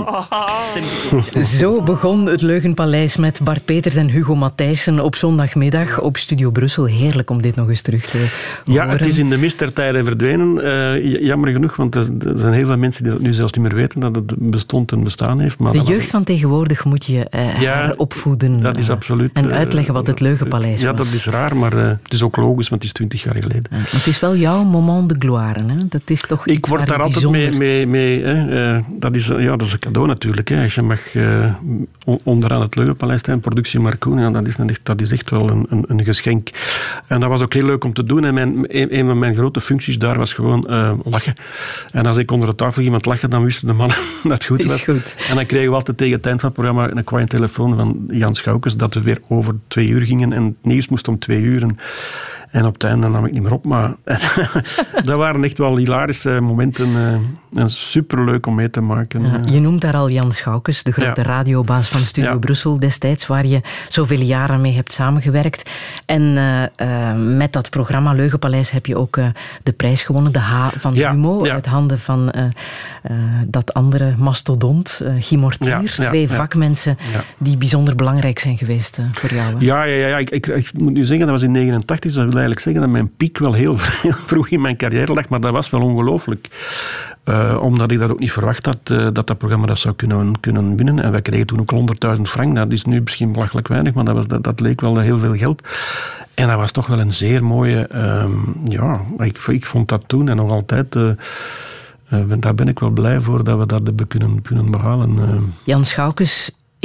Zo begon het Leugenpaleis met Bart Peters en Hugo Matthijssen op zondagmiddag op Studio Brussel. Heerlijk om dit nog eens terug te horen. Ja, het is in de mist der tijden verdwenen. Jammer genoeg, want er zijn heel veel mensen die dat nu zelfs niet meer weten, dat het bestond en bestaan heeft. Maar de jeugd van tegenwoordig moet je opvoeden. Dat is absoluut. En uitleggen wat het Leugenpaleis was. Ja, dat is raar, maar het is ook logisch, want het is 20 jaar geleden. Ja, maar het is wel jouw moment de gloire, hè? Dat is toch iets. Ik word daar altijd mee dat is een cadeau natuurlijk. Hè. Als je mag onderaan het Leugenpaleis staan, productie Marcoen, dat is echt wel een geschenk. En dat was ook heel leuk om te doen. En een van mijn grote functies daar was gewoon lachen. En als ik onder de tafel iemand lachen, dan wisten de mannen dat het goed was. Goed. En dan kregen we altijd tegen het eind van het programma een kwaaie telefoon van Jan Schoukens dat we weer over 2 uur gingen en het nieuws moest om 2 uur. En op het einde nam ik niet meer op, maar dat waren echt wel hilarische momenten. En superleuk om mee te maken. Ja, je noemt daar al Jan Schoukens, de grote radiobaas van Studio Brussel destijds, waar je zoveel jaren mee hebt samengewerkt. En met dat programma Leugenpaleis heb je ook de prijs gewonnen, de H van Humo, uit handen van dat andere mastodont, Guy Mortier. 2 vakmensen die bijzonder belangrijk zijn geweest voor jou. Ja. Ik moet nu zeggen, dat was in 1989, dus dat wil eigenlijk zeggen dat mijn piek wel heel vroeg in mijn carrière lag, maar dat was wel ongelooflijk. Omdat ik dat ook niet verwacht had, dat programma dat zou kunnen winnen. En wij kregen toen ook 100.000 frank. Dat is nu misschien belachelijk weinig, maar dat leek wel heel veel geld. En dat was toch wel een zeer mooie... ik vond dat toen en nog altijd... daar ben ik wel blij voor dat we dat hebben kunnen behalen. Jan Schoukens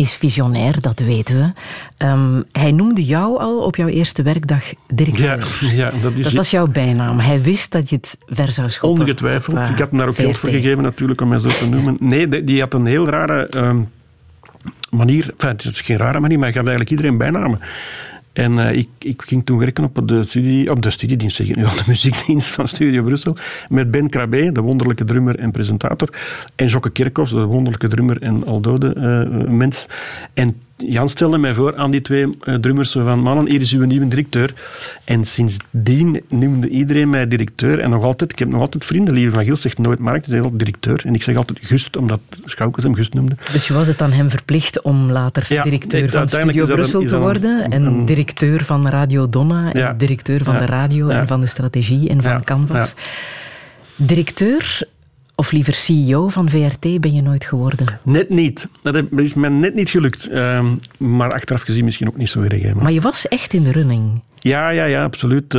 is visionair, dat weten we. Hij noemde jou al op jouw eerste werkdag directeur. Ja, dat was jouw bijnaam. Hij wist dat je het ver zou schoppen. Ongetwijfeld. Ik heb hem daar ook geld voor gegeven natuurlijk, om mij zo te noemen. Nee, die had een heel rare manier. Enfin, het is geen rare manier, maar hij gaf eigenlijk iedereen bijnamen. En ik ging toen werken op de studiedienst, zeg ik nu al, de muziekdienst van Studio Brussel, met Ben Krabbe, de wonderlijke drummer en presentator, en Jokke Kerkhoffs, de wonderlijke drummer en al dode mens. En Jan stelde mij voor aan die twee drummers van mannen, hier is uw nieuwe directeur. En sindsdien noemde iedereen mij directeur. En ik heb nog altijd vrienden. Lieve van Giel zegt nooit Mark, hij is altijd directeur. En ik zeg altijd Gust, omdat Schoukes hem Gust noemde. Dus je was het aan hem verplicht om later directeur van Studio Brussel te worden en directeur van Radio Donna en directeur van de radio en van de strategie en van Canvas. Directeur... Of liever CEO van VRT ben je nooit geworden? Net niet. Dat is mij net niet gelukt. Maar achteraf gezien misschien ook niet zo erg. Maar je was echt in de running. Ja, absoluut.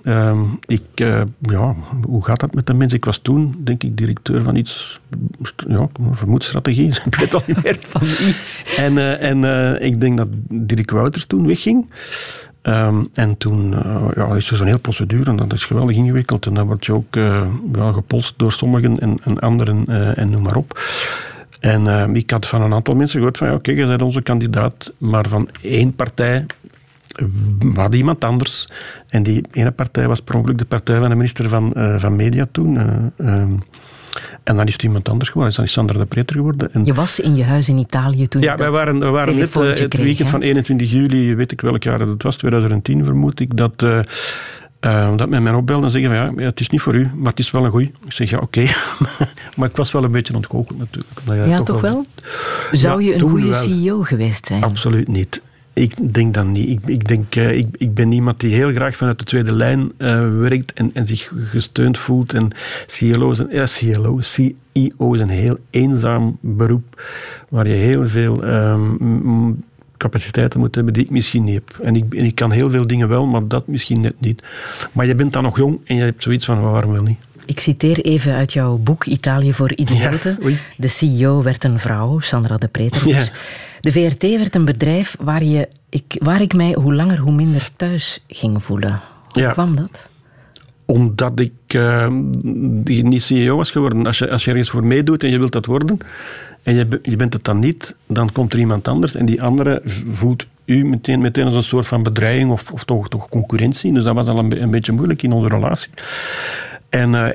Hoe gaat dat met de mensen? Ik was toen, denk ik, directeur van iets... vermoedstrategie. Ik weet al niet meer. Van iets. En ik denk dat Dirk Wouters toen wegging. En toen is er zo'n heel procedure en dat is geweldig ingewikkeld. En dan word je ook gepolst door sommigen en anderen en noem maar op. En ik had van een aantal mensen gehoord van kijk, je bent onze kandidaat, maar van één partij had iemand anders. En die ene partij was per ongeluk de partij van de minister van Media toen. En dan is het iemand anders geworden. Dan is Sandra de Preter geworden. En je was in je huis in Italië toen. Ja, we waren net het weekend van 21 juli, weet ik welk jaar dat het was, 2010 vermoed ik, dat men mij opbelde en zeggen van het is niet voor u, maar het is wel een goeie. Ik zeg ja, oké. Maar ik was wel een beetje ontgoocheld natuurlijk. Ja, toch wel? Zou je een goede CEO geweest zijn? Absoluut niet. Ik denk dat niet. Ik ben iemand die heel graag vanuit de tweede lijn werkt en zich gesteund voelt. En CEO is een heel eenzaam beroep waar je heel veel capaciteiten moet hebben die ik misschien niet heb. En ik kan heel veel dingen wel, maar dat misschien net niet. Maar je bent dan nog jong en je hebt zoiets van waarom wel niet? Ik citeer even uit jouw boek Italië voor idioten. Ja, de CEO werd een vrouw, Sandra de Preter. Dus. Ja. De VRT werd een bedrijf waar ik mij hoe langer hoe minder thuis ging voelen. Hoe kwam dat? Omdat ik niet CEO was geworden. Als je ergens voor meedoet en je wilt dat worden en je bent het dan niet, dan komt er iemand anders en die andere voelt u meteen als een soort van bedreiging of toch concurrentie. Dus dat was al een beetje moeilijk in onze relatie. En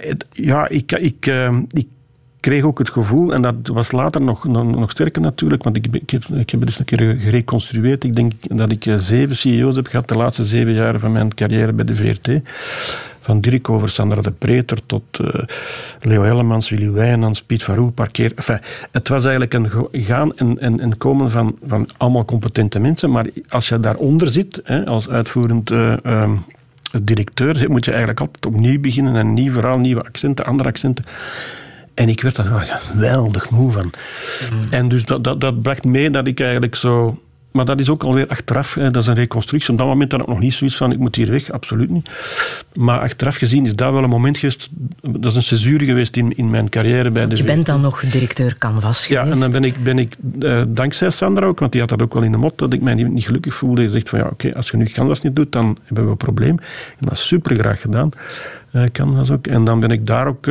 ik kreeg ook het gevoel, en dat was later nog sterker natuurlijk, want ik heb het dus een keer gereconstrueerd. Ik denk dat ik 7 CEO's heb gehad de laatste 7 jaar van mijn carrière bij de VRT. Van Dirk over Sandra de Preter tot Leo Hellemans, Willy Wijnands, Piet Farou, Parkeer. Enfin, het was eigenlijk een gaan en komen van allemaal competente mensen. Maar als je daaronder zit, als uitvoerend directeur, moet je eigenlijk altijd opnieuw beginnen. Een nieuw verhaal, nieuwe accenten, andere accenten. En ik werd daar geweldig moe van. En dus dat bracht mee dat ik eigenlijk zo... Maar dat is ook alweer achteraf, dat is een reconstructie. Op dat moment had ik nog niet zoiets van, ik moet hier weg, absoluut niet. Maar achteraf gezien is dat wel een moment geweest, dat is een césure geweest in mijn carrière bij de VRT. Je bent dan nog directeur Canvas geweest? Ja, en dan ben ik dankzij Sandra ook, want die had dat ook wel in de mot, dat ik mij niet gelukkig voelde. Die zegt van, oké, als je nu Canvas niet doet, dan hebben we een probleem. En dat is super graag gedaan, Canvas ook. En dan ben ik daar ook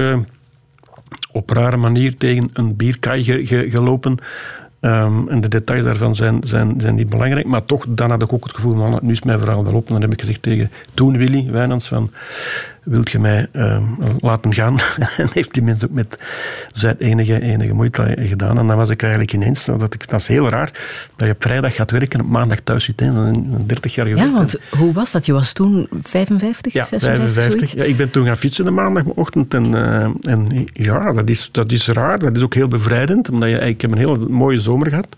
op rare manier tegen een bierkaai gelopen. En de details daarvan zijn niet belangrijk. Maar toch, dan had ik ook het gevoel van, nu is mijn verhaal wel op. En dan heb ik gezegd tegen toen Willy Wijnands van, wilt je mij laten gaan? En heeft die mensen ook met zijn enige moeite gedaan. En dan was ik eigenlijk ineens, dat is heel raar, dat je op vrijdag gaat werken en op maandag thuis zit. Een 30 jaar gewerkt. Ja, want hoe was dat? Je was toen 55, ja, 56, 55. Ja, ik ben toen gaan fietsen de maandagochtend. En ja, dat is raar. Dat is ook heel bevrijdend. Omdat ik heb een hele mooie zomer gehad.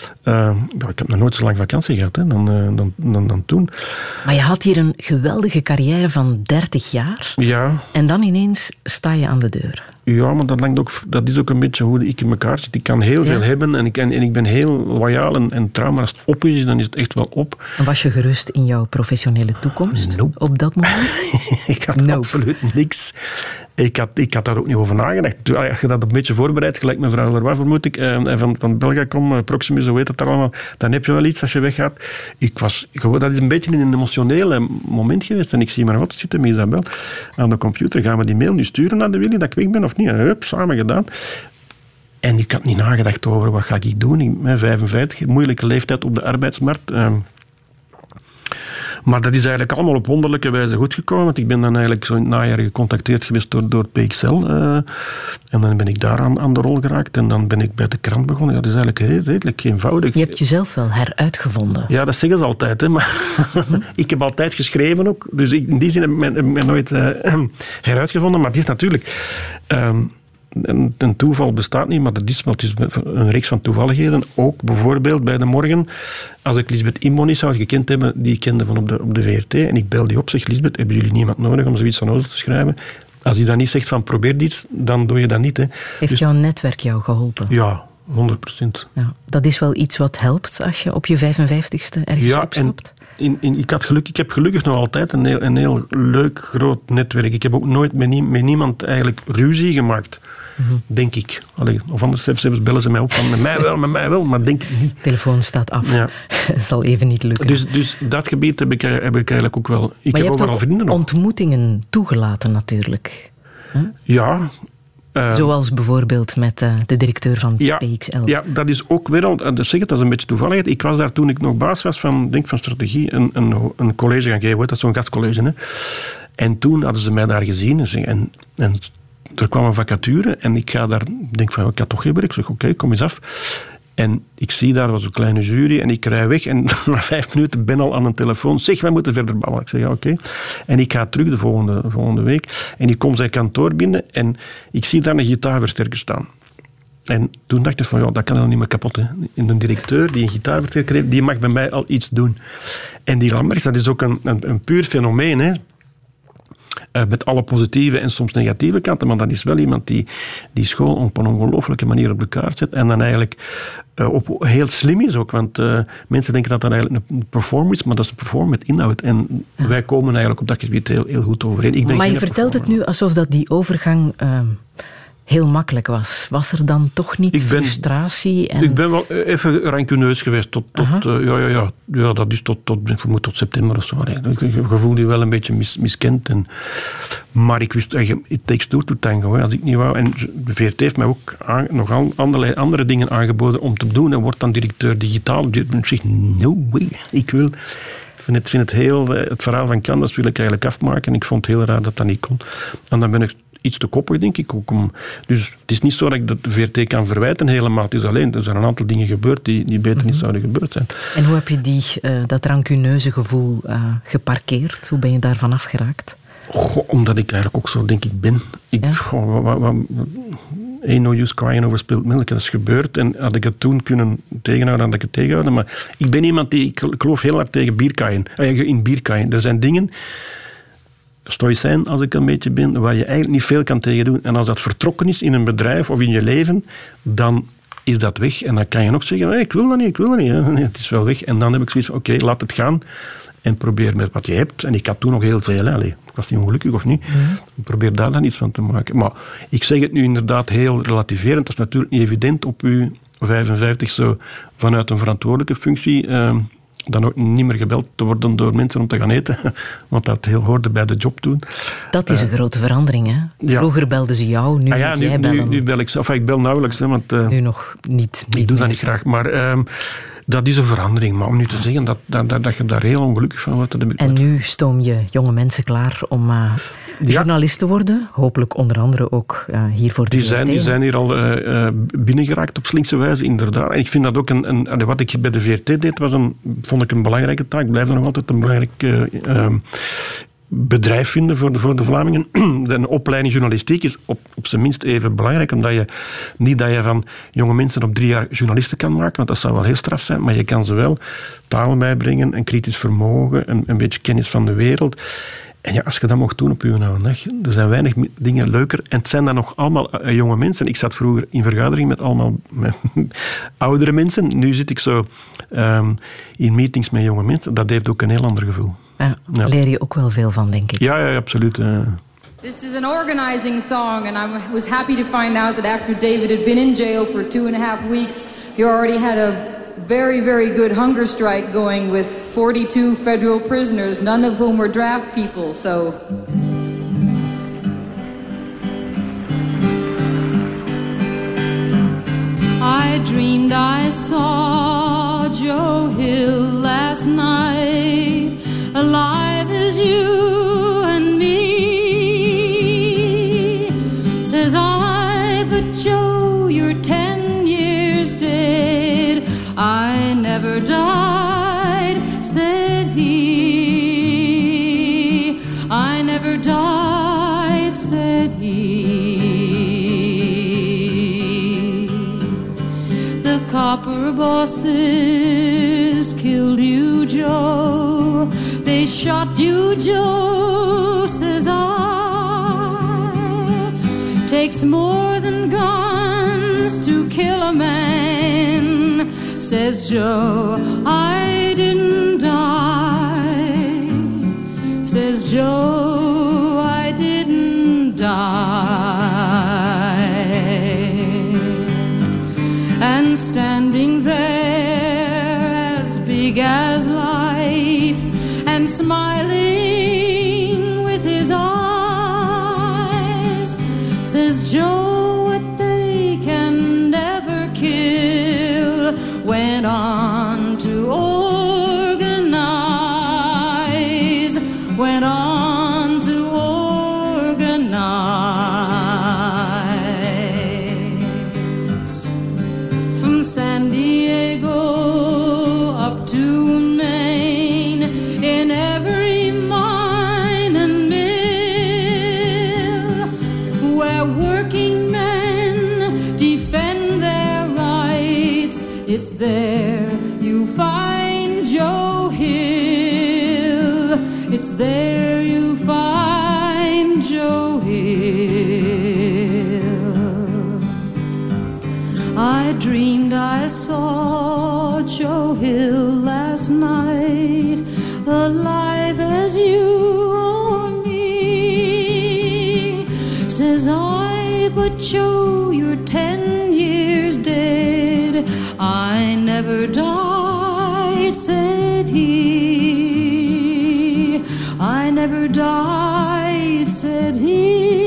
Ik heb nog nooit zo lang vakantie gehad dan toen. Maar je had hier een geweldige carrière van 30 jaar. Ja. En dan ineens sta je aan de deur. Ja, maar dat is ook een beetje hoe ik in elkaar zit. Ik kan heel veel hebben en ik ben heel loyaal en trouw. Maar als het op is, dan is het echt wel op. En was je gerust in jouw professionele toekomst op dat moment? Ik had absoluut niks. Ik had daar ook niet over nagedacht. Als je dat een beetje voorbereidt, gelijk mevrouw Leroy vermoed ik, van Belgacom, Proximus, hoe heet het allemaal, dan heb je wel iets als je weggaat. Dat is een beetje een emotioneel moment geweest. En ik zie maar wat zitten met Isabel aan de computer. Gaan we die mail nu sturen naar de Willy dat ik weg ben of niet? Hup, samen gedaan. En ik had niet nagedacht over wat ga ik doen. Ik ben 55, moeilijke leeftijd op de arbeidsmarkt. Maar dat is eigenlijk allemaal op wonderlijke wijze goed gekomen. Want ik ben dan eigenlijk zo in het najaar gecontacteerd geweest door PXL. En dan ben ik daar aan de rol geraakt. En dan ben ik bij de krant begonnen. Ja, dat is eigenlijk redelijk eenvoudig. Je hebt jezelf wel heruitgevonden. Ja, dat zeggen ze altijd. Hè. Maar ik heb altijd geschreven ook. Dus in die zin heb ik mij nooit heruitgevonden. Maar het is natuurlijk... een toeval bestaat niet, maar het is een reeks van toevalligheden. Ook bijvoorbeeld bij De Morgen, als ik Lisbeth Imbo niet zou gekend hebben, die ik kende van op de VRT, en ik bel die op, zeg, Lisbeth, hebben jullie niemand nodig om zoiets van Ozel te schrijven? Als die dan niet zegt van probeer iets, dan doe je dat niet. Hè. Heeft jouw netwerk jou geholpen? Ja, 100%. Ja, dat is wel iets wat helpt als je op je 55ste ergens opstapt? Ik heb gelukkig nog altijd een heel leuk, groot netwerk. Ik heb ook nooit met niemand eigenlijk ruzie gemaakt. Denk ik. Of anders zelfs bellen ze mij op van met mij wel, maar denk ik niet. De telefoon staat af. Ja. zal even niet lukken. Dus dat gebied heb ik eigenlijk ook wel. Ik maar heb je hebt ook vrienden nog. Ontmoetingen toegelaten natuurlijk. Ja. Zoals bijvoorbeeld met de directeur van PXL. Ja, dat is ook weer al... Dat is een beetje toevalligheid. Ik was daar toen ik nog baas was van strategie, een college gaan geven. Dat is zo'n gastcollege. Hè. En toen hadden ze mij daar gezien. En er kwam een vacature en ik ga daar... denk van, ik had toch geen werk. Ik zeg, oké, kom eens af. En ik zie daar was een kleine jury en ik rij weg en na 5 minuten ben al aan een telefoon. Zeg, wij moeten verder bouwen. Ik zeg, ja, oké. En ik ga terug de volgende week. En ik kom zijn kantoor binnen en ik zie daar een gitaarversterker staan. En toen dacht ik van, ja, dat kan dan niet meer kapot. Hè. En een directeur die een gitaarversterker heeft, die mag bij mij al iets doen. En die Lamberts, dat is ook een puur fenomeen, hè. Met alle positieve en soms negatieve kanten, maar dat is wel iemand die school op een ongelooflijke manier op de kaart zet en dan eigenlijk heel slim is ook, want mensen denken dat eigenlijk een performer is, maar dat is een performer met inhoud. En wij komen eigenlijk op dat gebied heel goed overeen. Maar je vertelt het nu alsof dat die overgang heel makkelijk was. Was er dan toch niet frustratie? Ik ben wel even rancuneus geweest tot dat is tot september of zo. Je voelde je wel een beetje miskend. Maar ik wist, it takes two to tango. Als ik niet wou. En de VRT heeft mij ook nog allerlei andere dingen aangeboden om te doen. En wordt dan directeur digitaal. Ik zeg, no way, ik wil... Ik vind het verhaal van Canvas wil ik eigenlijk afmaken. En ik vond het heel raar dat dat niet kon. En dan ben ik iets te koppig, denk ik ook. Dus het is niet zo dat ik de VRT kan verwijten helemaal. Het is alleen, er zijn een aantal dingen gebeurd die beter niet zouden gebeurd zijn. En hoe heb je dat rancuneuze gevoel geparkeerd? Hoe ben je daarvan afgeraakt? Omdat ik eigenlijk ook zo, denk ik, ben. Ain't no use crying over spilled milk. Dat is gebeurd. En had ik het toen kunnen tegenhouden, had ik het tegenhouden. Maar ik ben iemand ik geloof heel hard tegen bierkaaien. In bierkaaien. Er zijn dingen... stoïcijn, als ik een beetje ben, waar je eigenlijk niet veel kan tegen doen. En als dat vertrokken is in een bedrijf of in je leven, dan is dat weg. En dan kan je nog zeggen, hey, ik wil dat niet. Nee, het is wel weg. En dan heb ik zoiets van, oké, laat het gaan. En probeer met wat je hebt. En ik had toen nog heel veel. Ik was niet ongelukkig of niet. Probeer daar dan iets van te maken. Maar ik zeg het nu inderdaad heel relativerend. Dat is natuurlijk niet evident op uw 55 zo vanuit een verantwoordelijke functie... dan ook niet meer gebeld te worden door mensen om te gaan eten. Want dat heel hoorde bij de job doen. Dat is een grote verandering, hè? Vroeger belden ze jou, nu moet jij bellen. Nu bel ik zelf. Ik bel nauwelijks. Hè, want, nu nog niet. Ik doe dat niet graag. Maar dat is een verandering. Maar om nu te zeggen dat je daar heel ongelukkig van wordt... En nu stoom je jonge mensen klaar om journalist te worden. Hopelijk onder andere ook hier voor de VRT. Die zijn hier al binnengeraakt op slinkse wijze, inderdaad. En ik vind dat ook wat ik bij de VRT deed, vond ik een belangrijke taak. Ik blijf er nog altijd een belangrijk bedrijf vinden voor de Vlamingen. De opleiding journalistiek is op zijn minst even belangrijk, omdat je niet dat je van jonge mensen op 3 jaar journalisten kan maken, want dat zou wel heel straf zijn, maar je kan ze wel taal bijbrengen, een kritisch vermogen, een beetje kennis van de wereld. En ja, als je dat mocht doen op je oude dag, er zijn weinig dingen leuker. En het zijn dan nog allemaal jonge mensen. Ik zat vroeger in vergadering met allemaal oudere mensen. Nu zit ik zo in meetings met jonge mensen. Dat heeft ook een heel ander gevoel. Ja, leer je ook wel veel van, denk ik. Ja, absoluut. This is an organizing song, and I was happy to find out that after David had been in jail for 2.5 weeks, he already had a very, very good hunger strike going with 42 federal prisoners, none of whom were draft people, so... I dreamed I saw Joe Hill last night, alive as you and me. Says I, but Joe, you're 10 years dead. I never died, said he. I never died, said he. The copper bosses killed you, Joe. They shot you, Joe, says I. Takes more than guns to kill a man, says Joe. I didn't die, says Joe. I didn't die. And standing there as big as life and smiling with his eyes, says Joe, what they can never kill went on to organize, went on to organize. From San Diego up to Maine, in every mine and mill, where working men defend their rights, it's there you find Joe Hill. It's there you find Joe Hill. I dreamed I saw Joe Hill last night, alive as you or me. Says I, but Joe, you're 10 years dead. I never died, said he. I never died, said he.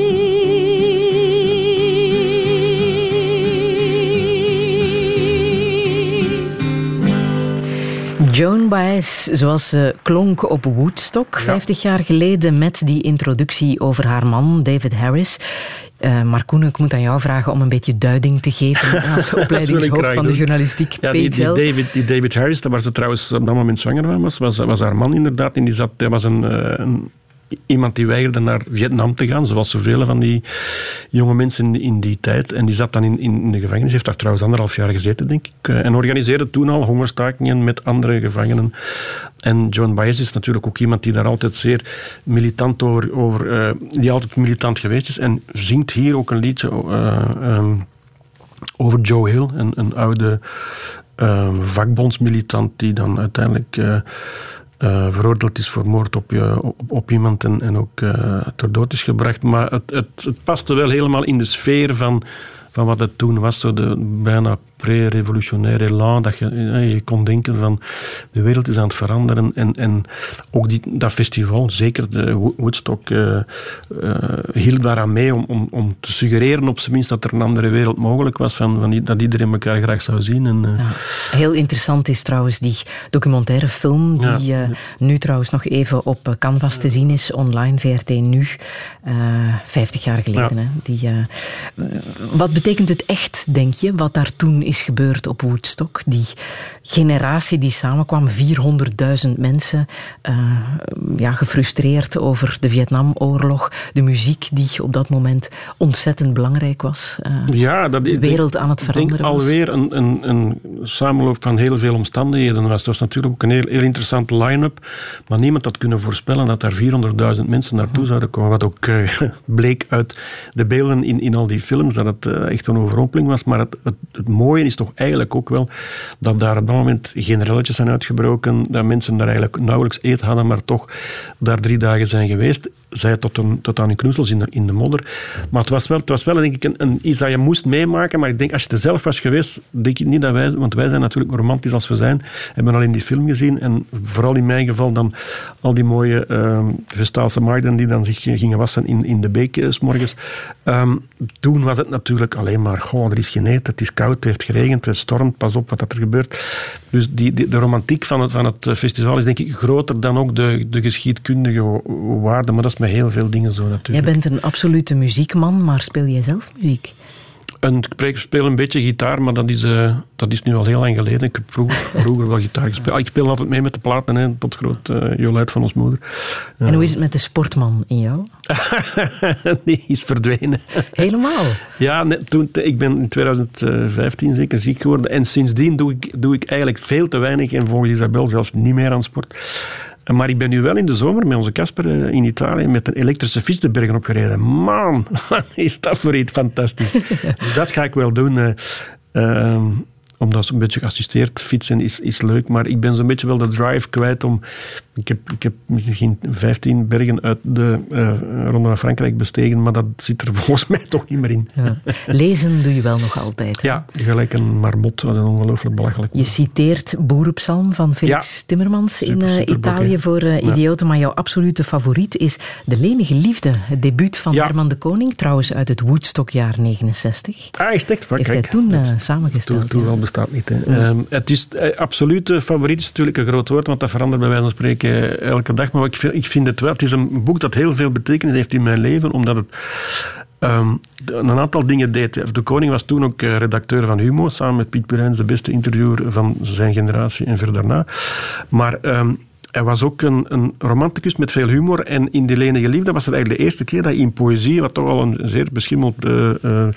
Joan Baez, zoals ze klonk op Woodstock 50 jaar geleden met die introductie over haar man, David Harris. Maar Koen, ik moet aan jou vragen om een beetje duiding te geven als opleidingshoofd van de journalistiek. Ja, die David Harris, daar waar ze trouwens op dat moment zwanger van was haar man inderdaad. En hij was iemand die weigerde naar Vietnam te gaan, zoals zoveel van die jonge mensen in die tijd. En die zat dan in de gevangenis, heeft daar trouwens 1,5 jaar gezeten, denk ik. En organiseerde toen al hongerstakingen met andere gevangenen. En Joan Baez is natuurlijk ook iemand die daar altijd zeer militant die altijd militant geweest is. En zingt hier ook een liedje over Joe Hill, een oude vakbondsmilitant die dan uiteindelijk veroordeeld is voor moord op iemand en ook ter dood is gebracht. Maar het paste wel helemaal in de sfeer van wat het toen was. Zo de bijna pre-revolutionaire elan. Dat je kon denken van de wereld is aan het veranderen. En ook dat festival, zeker de Woodstock, hielp daaraan mee om te suggereren op zijn minst dat er een andere wereld mogelijk was. Dat iedereen elkaar graag zou zien. Ja. Heel interessant is trouwens die documentaire film die nu trouwens nog even op Canvas te zien is, online, VRT Nu, 50 jaar geleden. Ja. Wat betekent het echt, denk je, wat daar toen is gebeurd op Woodstock? Die generatie die samenkwam, 400.000 mensen, gefrustreerd over de Vietnamoorlog, de muziek die op dat moment ontzettend belangrijk was, de wereld aan het veranderen was. Alweer een samenloop van heel veel omstandigheden was. Het was natuurlijk ook een heel interessante line-up, maar niemand had kunnen voorspellen dat daar 400.000 mensen naartoe zouden komen, wat ook bleek uit de beelden in al die films, dat het echt een overrompeling was. Maar het mooie is toch eigenlijk ook wel dat daar op dat moment geen relletjes zijn uitgebroken, dat mensen daar eigenlijk nauwelijks eten hadden, maar toch daar 3 dagen zijn geweest. zij tot aan hun knoezels in de modder. Maar het was wel denk ik, iets dat je moest meemaken. Maar ik denk, als je er zelf was geweest, denk ik niet dat wij... Want wij zijn natuurlijk romantisch als we zijn. Hebben al in die film gezien. En vooral in mijn geval dan al die mooie Vestaalse maagden die dan zich gingen wassen in de beek 's morgens. Toen was het natuurlijk alleen maar... er is geen eten, het is koud, het heeft geregend, het stormt, pas op wat er gebeurt. Dus de romantiek van het festival is denk ik groter dan ook de geschiedkundige waarde. Maar dat is met heel veel dingen zo natuurlijk. Jij bent een absolute muziekman, maar speel jij zelf muziek? Ik speel een beetje gitaar, maar dat is nu al heel lang geleden. Ik heb vroeger wel gitaar gespeeld. Ik speel altijd mee met de platen, tot groot jolijt van ons moeder. En hoe is het met de sportman in jou? Die is verdwenen. Helemaal? Ja, ik ben in 2015 zeker ziek geworden. En sindsdien doe ik eigenlijk veel te weinig. En volgens Isabel zelfs niet meer aan sport. Maar ik ben nu wel in de zomer met onze Casper in Italië met een elektrische fiets de bergen opgereden. Man, is dat voor iets fantastisch. Dus dat ga ik wel doen. Omdat een beetje geassisteerd fietsen is leuk. Maar ik ben zo'n beetje wel de drive kwijt om... Ik heb misschien 15 bergen uit de Ronde van Frankrijk bestegen, maar dat zit er volgens mij toch niet meer in. Ja. Lezen doe je wel nog altijd. Hè? Ja, gelijk een marmot. Dat is ongelooflijk belachelijk. Je citeert Boerenpsalm van Felix Timmermans in Italië voor idioten, maar jouw absolute favoriet is De Lenige Liefde, het debuut van Herman de Koning, trouwens uit het Woodstockjaar 69. Echt? Heeft hij toen samengesteld. Toen wel bestaat niet. Hè. Het is absolute favoriet is natuurlijk een groot woord, want dat verandert bij wijze van spreken elke dag. Maar ik vind het wel. Het is een boek dat heel veel betekenis heeft in mijn leven, omdat het een aantal dingen deed. De Koning was toen ook redacteur van Humo, samen met Piet Burijns, de beste interviewer van zijn generatie en ver daarna. Maar hij was ook een romanticus met veel humor. En in De Lenige Liefde was het eigenlijk de eerste keer dat hij in poëzie, wat toch al een zeer beschimmelde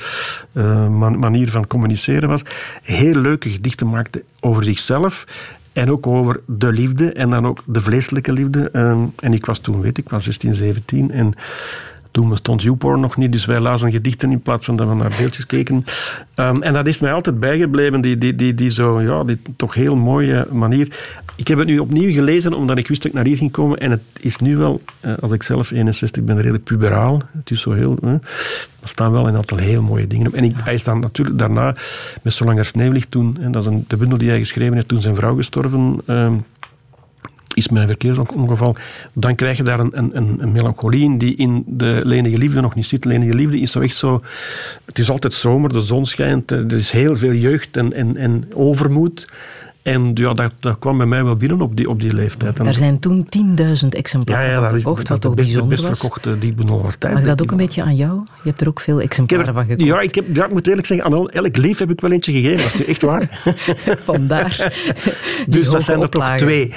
manier van communiceren was, heel leuke gedichten maakte over zichzelf. En ook over de liefde en dan ook de vleeselijke liefde. En ik was toen, ik was 16, 17 en toen bestond YouPorn nog niet, dus wij lazen gedichten in plaats van dat we naar beeldjes keken. En dat is mij altijd bijgebleven, die toch heel mooie manier. Ik heb het nu opnieuw gelezen, omdat ik wist dat ik naar hier ging komen. En het is nu wel, als ik zelf 61 ben, redelijk puberaal. Het is zo heel... Er staan wel een aantal heel mooie dingen op. En hij staat natuurlijk daarna met Zolang er sneeuw ligt toen. En dat is de bundel die hij geschreven heeft toen zijn vrouw gestorven is met een verkeersongeval. Dan krijg je daar een melancholie in die in De Lenige Liefde nog niet zit. De Lenige Liefde is zo echt zo... Het is altijd zomer, de zon schijnt, er is heel veel jeugd en overmoed. En ja, dat kwam bij mij wel binnen op die leeftijd. Er zijn toen 10.000 exemplaren van verkocht, wat toch bijzonder was. Het best verkochte dichtbundel aller tijd. Lag dat ook een beetje aan jou? Je hebt er ook veel exemplaren van gekocht. Ja, ik moet eerlijk zeggen, aan elk lief heb ik wel eentje gegeven. Dat is nu echt waar. Vandaar. Dus dat zijn er toch 2.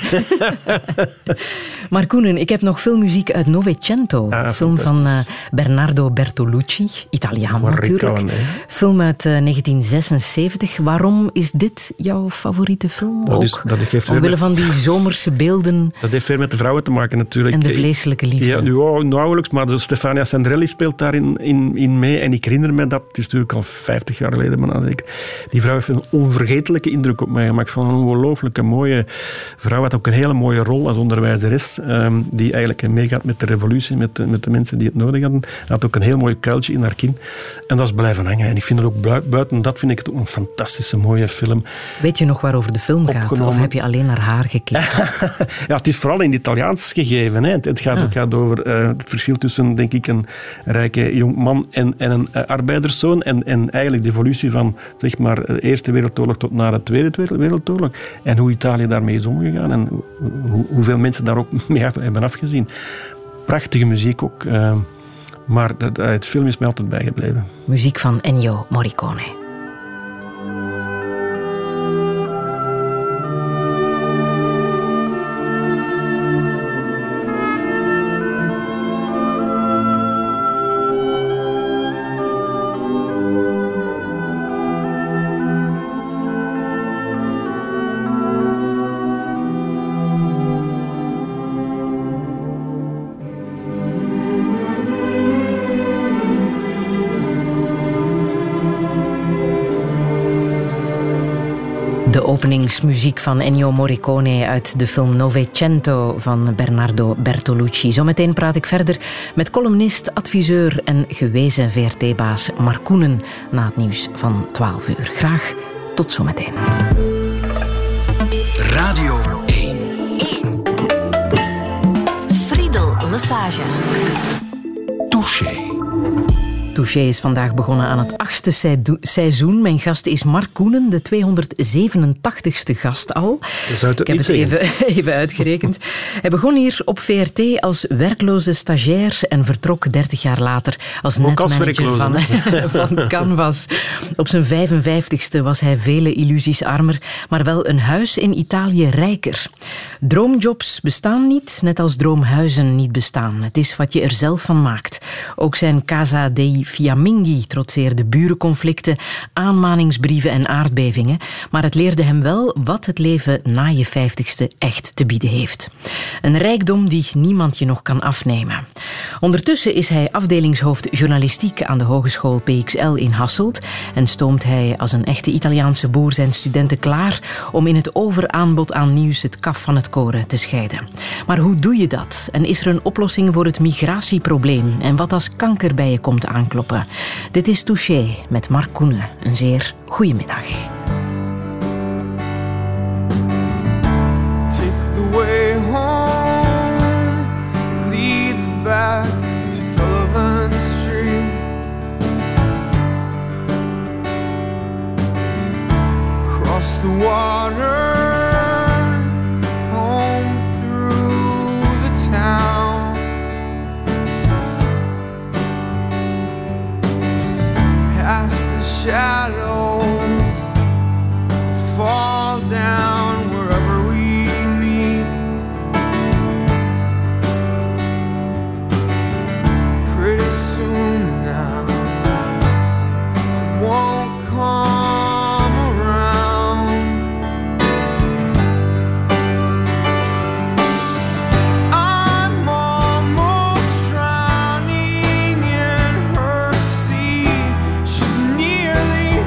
Maar Koenen, ik heb nog veel muziek uit Novecento. Film van Bernardo Bertolucci. Italiaan natuurlijk. Film uit 1976. Waarom is dit jouw favoriete film? Omwille van die zomerse beelden. Dat heeft weer met de vrouwen te maken natuurlijk. En de vleeselijke liefde. Ja, nauwelijks, maar Stefania Sandrelli speelt daarin mee. En ik herinner me dat, het is natuurlijk al 50 jaar geleden, maar zeker. Die vrouw heeft een onvergetelijke indruk op mij gemaakt. Van een ongelooflijke mooie vrouw. Had ook een hele mooie rol als onderwijzeres. Die eigenlijk meegaat met de revolutie, met de mensen die het nodig hadden. Had ook een heel mooi kuiltje in haar kin. En dat is blijven hangen. En ik vind het ook buiten dat vind ik het ook een fantastische mooie film. Weet je nog waarover de film gaat? Of heb je alleen naar haar gekeken? Ja, het is vooral in het Italiaans gegeven. Hè. Het gaat over het verschil tussen, denk ik, een rijke jong man en een arbeiderszoon. En eigenlijk de evolutie van, zeg maar, de Eerste Wereldoorlog tot naar de Tweede Wereldoorlog. En hoe Italië daarmee is omgegaan. En hoeveel mensen daar ook mee hebben afgezien. Prachtige muziek ook. Maar het film is mij altijd bijgebleven. Muziek van Ennio Morricone. De openingsmuziek van Ennio Morricone uit de film Novecento van Bernardo Bertolucci. Zometeen praat ik verder met columnist, adviseur en gewezen VRT-baas Mark Koenen na het nieuws van 12 uur. Graag tot zometeen. Radio 1. Friedel Lesage. Touché. Touché is vandaag begonnen aan het 8e seizoen. Mijn gast is Mark Koenen, de 287ste gast al. Ik heb het even uitgerekend. Hij begon hier op VRT als werkloze stagiair en vertrok 30 jaar later als netmanager van Canvas. Op zijn 55ste was hij vele illusies armer, maar wel een huis in Italië rijker. Droomjobs bestaan niet, net als droomhuizen niet bestaan. Het is wat je er zelf van maakt. Ook zijn Casa dei Fiamminghi trotseerde burenconflicten, aanmaningsbrieven en aardbevingen. Maar het leerde hem wel wat het leven na je 50ste echt te bieden heeft. Een rijkdom die niemand je nog kan afnemen. Ondertussen is hij afdelingshoofd journalistiek aan de Hogeschool PXL in Hasselt en stoomt hij als een echte Italiaanse boer zijn studenten klaar om in het overaanbod aan nieuws het kaf van het koren te scheiden. Maar hoe doe je dat? En is er een oplossing voor het migratieprobleem? En wat als kanker bij je komt aankloppen? Dit is Touché met Mark Koenen. Een zeer goede middag. Take the way home leads back to Sullivan Street. Across the water, home through the town. Past the shadows, fall down wherever we meet. Pretty soon now, I won't come around. I'm almost drowning in her sea. She's nearly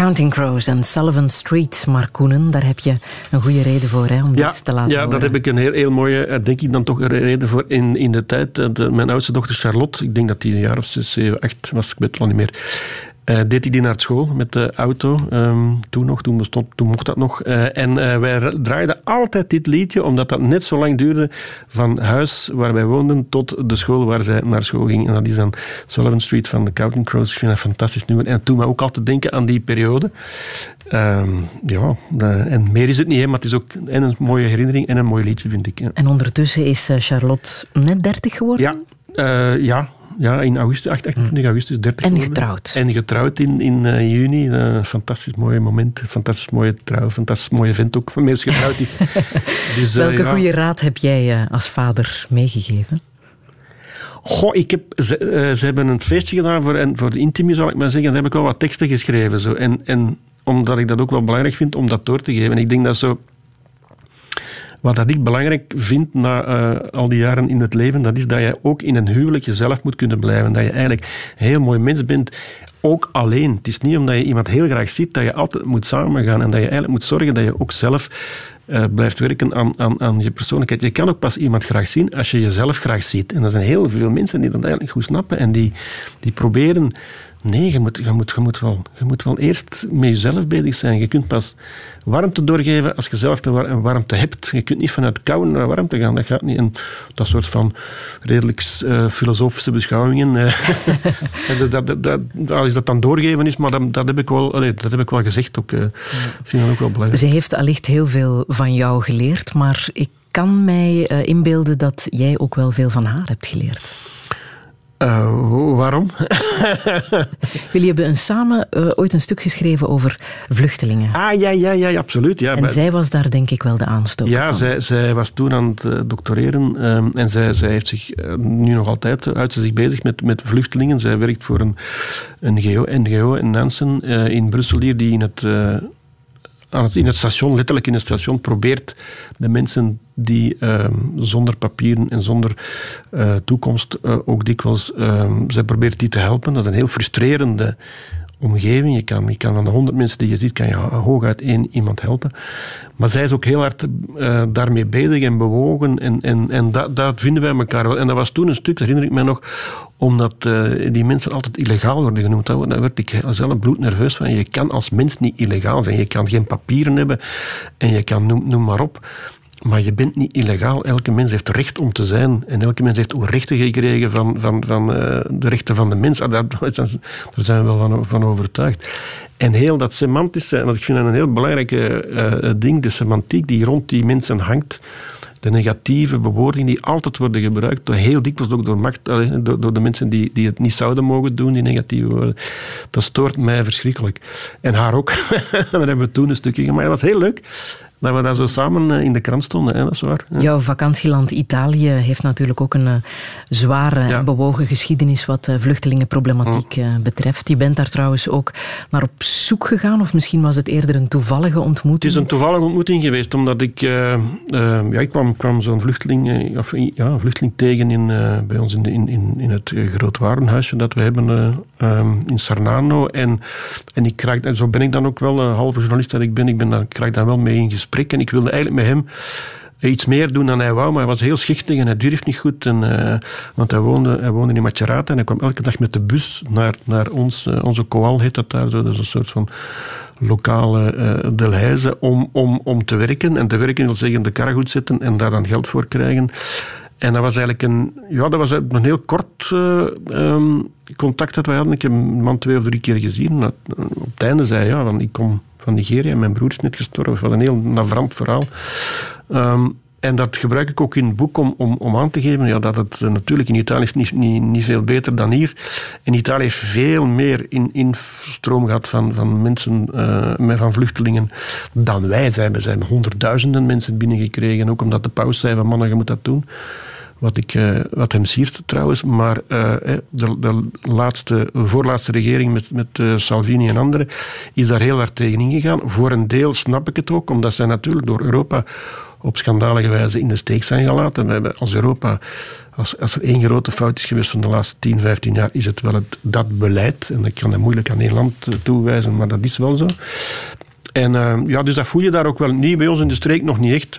Counting Crows en Sullivan Street, Mark Koenen. Daar heb je een goede reden voor om dit te laten horen. Ja, daar heb ik een heel mooie, denk ik dan toch een reden voor. In de tijd, mijn oudste dochter Charlotte, ik denk dat die een jaar of 6, 7, 8 was, ik weet het al niet meer, deed hij die naar school met de auto. Toen mocht dat nog. En wij draaiden altijd dit liedje, omdat dat net zo lang duurde van huis waar wij woonden tot de school waar zij naar school ging. En dat is dan Sullivan Street van de Counting Crows. Ik vind dat een fantastisch nummer. En het doet me ook altijd denken aan die periode. En meer is het niet, maar het is ook een mooie herinnering en een mooi liedje, vind ik. Ja. En ondertussen is Charlotte net 30 geworden? Ja, in augustus, 28 augustus, 30 En getrouwd. En getrouwd in juni. Fantastisch mooi moment, fantastisch mooie trouw, fantastisch mooie vent ook, waarmee ze getrouwd is. Dus, welke goede raad heb jij als vader meegegeven? Ze hebben een feestje gedaan voor de Intimi, zal ik maar zeggen. Daar heb ik wel wat teksten geschreven. Zo. En omdat ik dat ook wel belangrijk vind om dat door te geven. En ik denk dat zo... Wat dat ik belangrijk vind na al die jaren in het leven, dat is dat je ook in een huwelijk jezelf moet kunnen blijven. Dat je eigenlijk een heel mooi mens bent, ook alleen. Het is niet omdat je iemand heel graag ziet, dat je altijd moet samengaan. En dat je eigenlijk moet zorgen dat je ook zelf blijft werken aan je persoonlijkheid. Je kan ook pas iemand graag zien als je jezelf graag ziet. En er zijn heel veel mensen die dat eigenlijk goed snappen en die proberen... Nee, je moet wel eerst met jezelf bezig zijn. Je kunt pas warmte doorgeven als je zelf een warmte hebt. Je kunt niet vanuit kou naar warmte gaan. Dat gaat niet. En dat soort van redelijk filosofische beschouwingen. Als dat dan doorgeven is, maar dat heb ik wel gezegd. Ook, ik vind dat ook wel belangrijk. Ze heeft allicht heel veel van jou geleerd, maar ik kan mij inbeelden dat jij ook wel veel van haar hebt geleerd. Waarom? Jullie hebben samen ooit een stuk geschreven over vluchtelingen. Ja, absoluut. Ja, en zij was daar denk ik wel de aanstoker van. Zij was toen aan het doctoreren en zij heeft zich nu nog altijd houdt ze zich bezig met vluchtelingen. Zij werkt voor een NGO in Nansen in Brussel hier, die in het station, letterlijk in het station, probeert de mensen die zonder papieren en zonder toekomst ook dikwijls... zij probeert die te helpen. Dat is een heel frustrerende omgeving. Je kan van de 100 mensen die je ziet, kan je hooguit 1 iemand helpen. Maar zij is ook heel hard daarmee bezig en bewogen. En dat vinden wij elkaar wel. En dat was toen een stuk, dat herinner ik mij nog, omdat die mensen altijd illegaal worden genoemd. Daar werd ik zelf bloednerveus van. Je kan als mens niet illegaal zijn. Je kan geen papieren hebben en je kan noem maar op. Maar je bent niet illegaal. Elke mens heeft recht om te zijn. En elke mens heeft ook rechten gekregen van de rechten van de mens. Daar zijn we wel van overtuigd. En heel dat semantische, want ik vind dat een heel belangrijk ding, de semantiek die rond die mensen hangt, de negatieve bewoordingen die altijd worden gebruikt, heel dikwijls ook door de mensen die het niet zouden mogen doen, die negatieve woorden. Dat stoort mij verschrikkelijk. En haar ook. Daar hebben we toen een stukje gemaakt. Dat was heel leuk dat we daar zo samen in de krant stonden. Hè? Dat is waar. Ja. Jouw vakantieland Italië heeft natuurlijk ook een zware en bewogen geschiedenis wat vluchtelingenproblematiek betreft. Je bent daar trouwens ook naar op zoek gegaan, of misschien was het eerder een toevallige ontmoeting? Het is een toevallige ontmoeting geweest, omdat ik kwam zo'n vluchteling tegen bij ons in het groot warenhuisje dat we hebben in Sarnano. En zo ben ik dan ook wel, halve journalist dat ik ben, ik krijg daar wel mee in gesprek. En ik wilde eigenlijk met hem iets meer doen dan hij wou, maar hij was heel schichtig en hij durfde niet goed. Want hij woonde in Macerata en hij kwam elke dag met de bus naar onze Coal, heet dat daar. Dat is een soort van lokale Delhaize om te werken. En te werken wil zeggen de kar goed zetten en daar dan geld voor krijgen. En dat was eigenlijk een heel kort contact dat wij hadden. Ik heb een man 2 of 3 keer gezien. Op het einde zei hij, ik kom van Nigeria en mijn broer is net gestorven. Wat een heel navrant verhaal. En dat gebruik ik ook in het boek om aan te geven dat het natuurlijk in Italië is niet veel beter dan hier. En Italië heeft veel meer instroom gehad van mensen, van vluchtelingen, dan wij zijn. We zijn honderdduizenden mensen binnengekregen, ook omdat de paus zei van mannen, je moet dat doen. Wat hem siert trouwens, maar de voorlaatste regering met Salvini en anderen is daar heel hard tegen ingegaan. Voor een deel snap ik het ook, omdat zij natuurlijk door Europa op schandalige wijze in de steek zijn gelaten. We hebben als Europa, als er één grote fout is geweest van de laatste 10, 15 jaar, is het wel dat beleid. En ik kan dat moeilijk aan één land toewijzen, maar dat is wel zo. En dus dat voel je daar ook wel niet. Bij ons in de streek nog niet echt.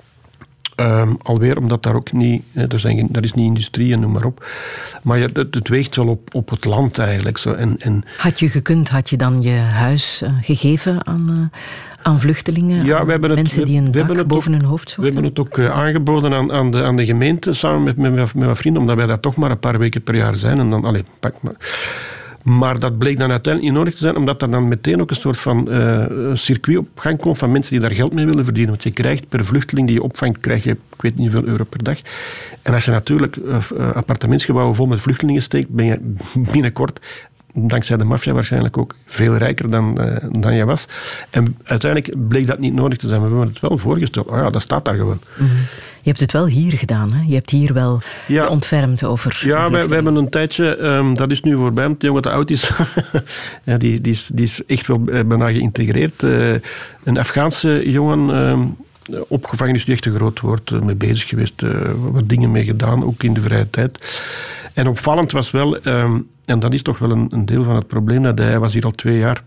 Alweer, omdat daar ook niet... dat is niet industrie en noem maar op. Maar het weegt wel op het land eigenlijk. Zo. En had je gekund, had je dan je huis gegeven aan vluchtelingen? Ja, we hebben mensen die een dak boven hun hoofd zochten? We hebben het ook aangeboden aan de gemeente, samen met mijn vrienden, omdat wij daar toch maar een paar weken per jaar zijn. En dan, pak maar... Maar dat bleek dan uiteindelijk niet nodig te zijn, omdat er dan meteen ook een soort van circuit op gang komt van mensen die daar geld mee willen verdienen. Want je krijgt per vluchteling die je opvangt, krijg je, ik weet niet hoeveel euro per dag. En als je natuurlijk appartementsgebouwen vol met vluchtelingen steekt, ben je binnenkort, dankzij de maffia waarschijnlijk ook, veel rijker dan je was. En uiteindelijk bleek dat niet nodig te zijn. We hebben het wel voorgesteld. Oh ja, dat staat daar gewoon. Mm-hmm. Je hebt het wel hier gedaan, hè? Je hebt hier wel ontfermd over... Ja, wij hebben een tijdje... dat is nu voorbij, omdat de jongen te oud is. Ja, die is echt wel bijna geïntegreerd. Een Afghaanse jongen... opgevangen is nu echt een groot woord, mee bezig geweest. Wat dingen mee gedaan, ook in de vrije tijd. En opvallend was wel... en dat is toch wel een deel van het probleem, dat hij was hier al 2 jaar...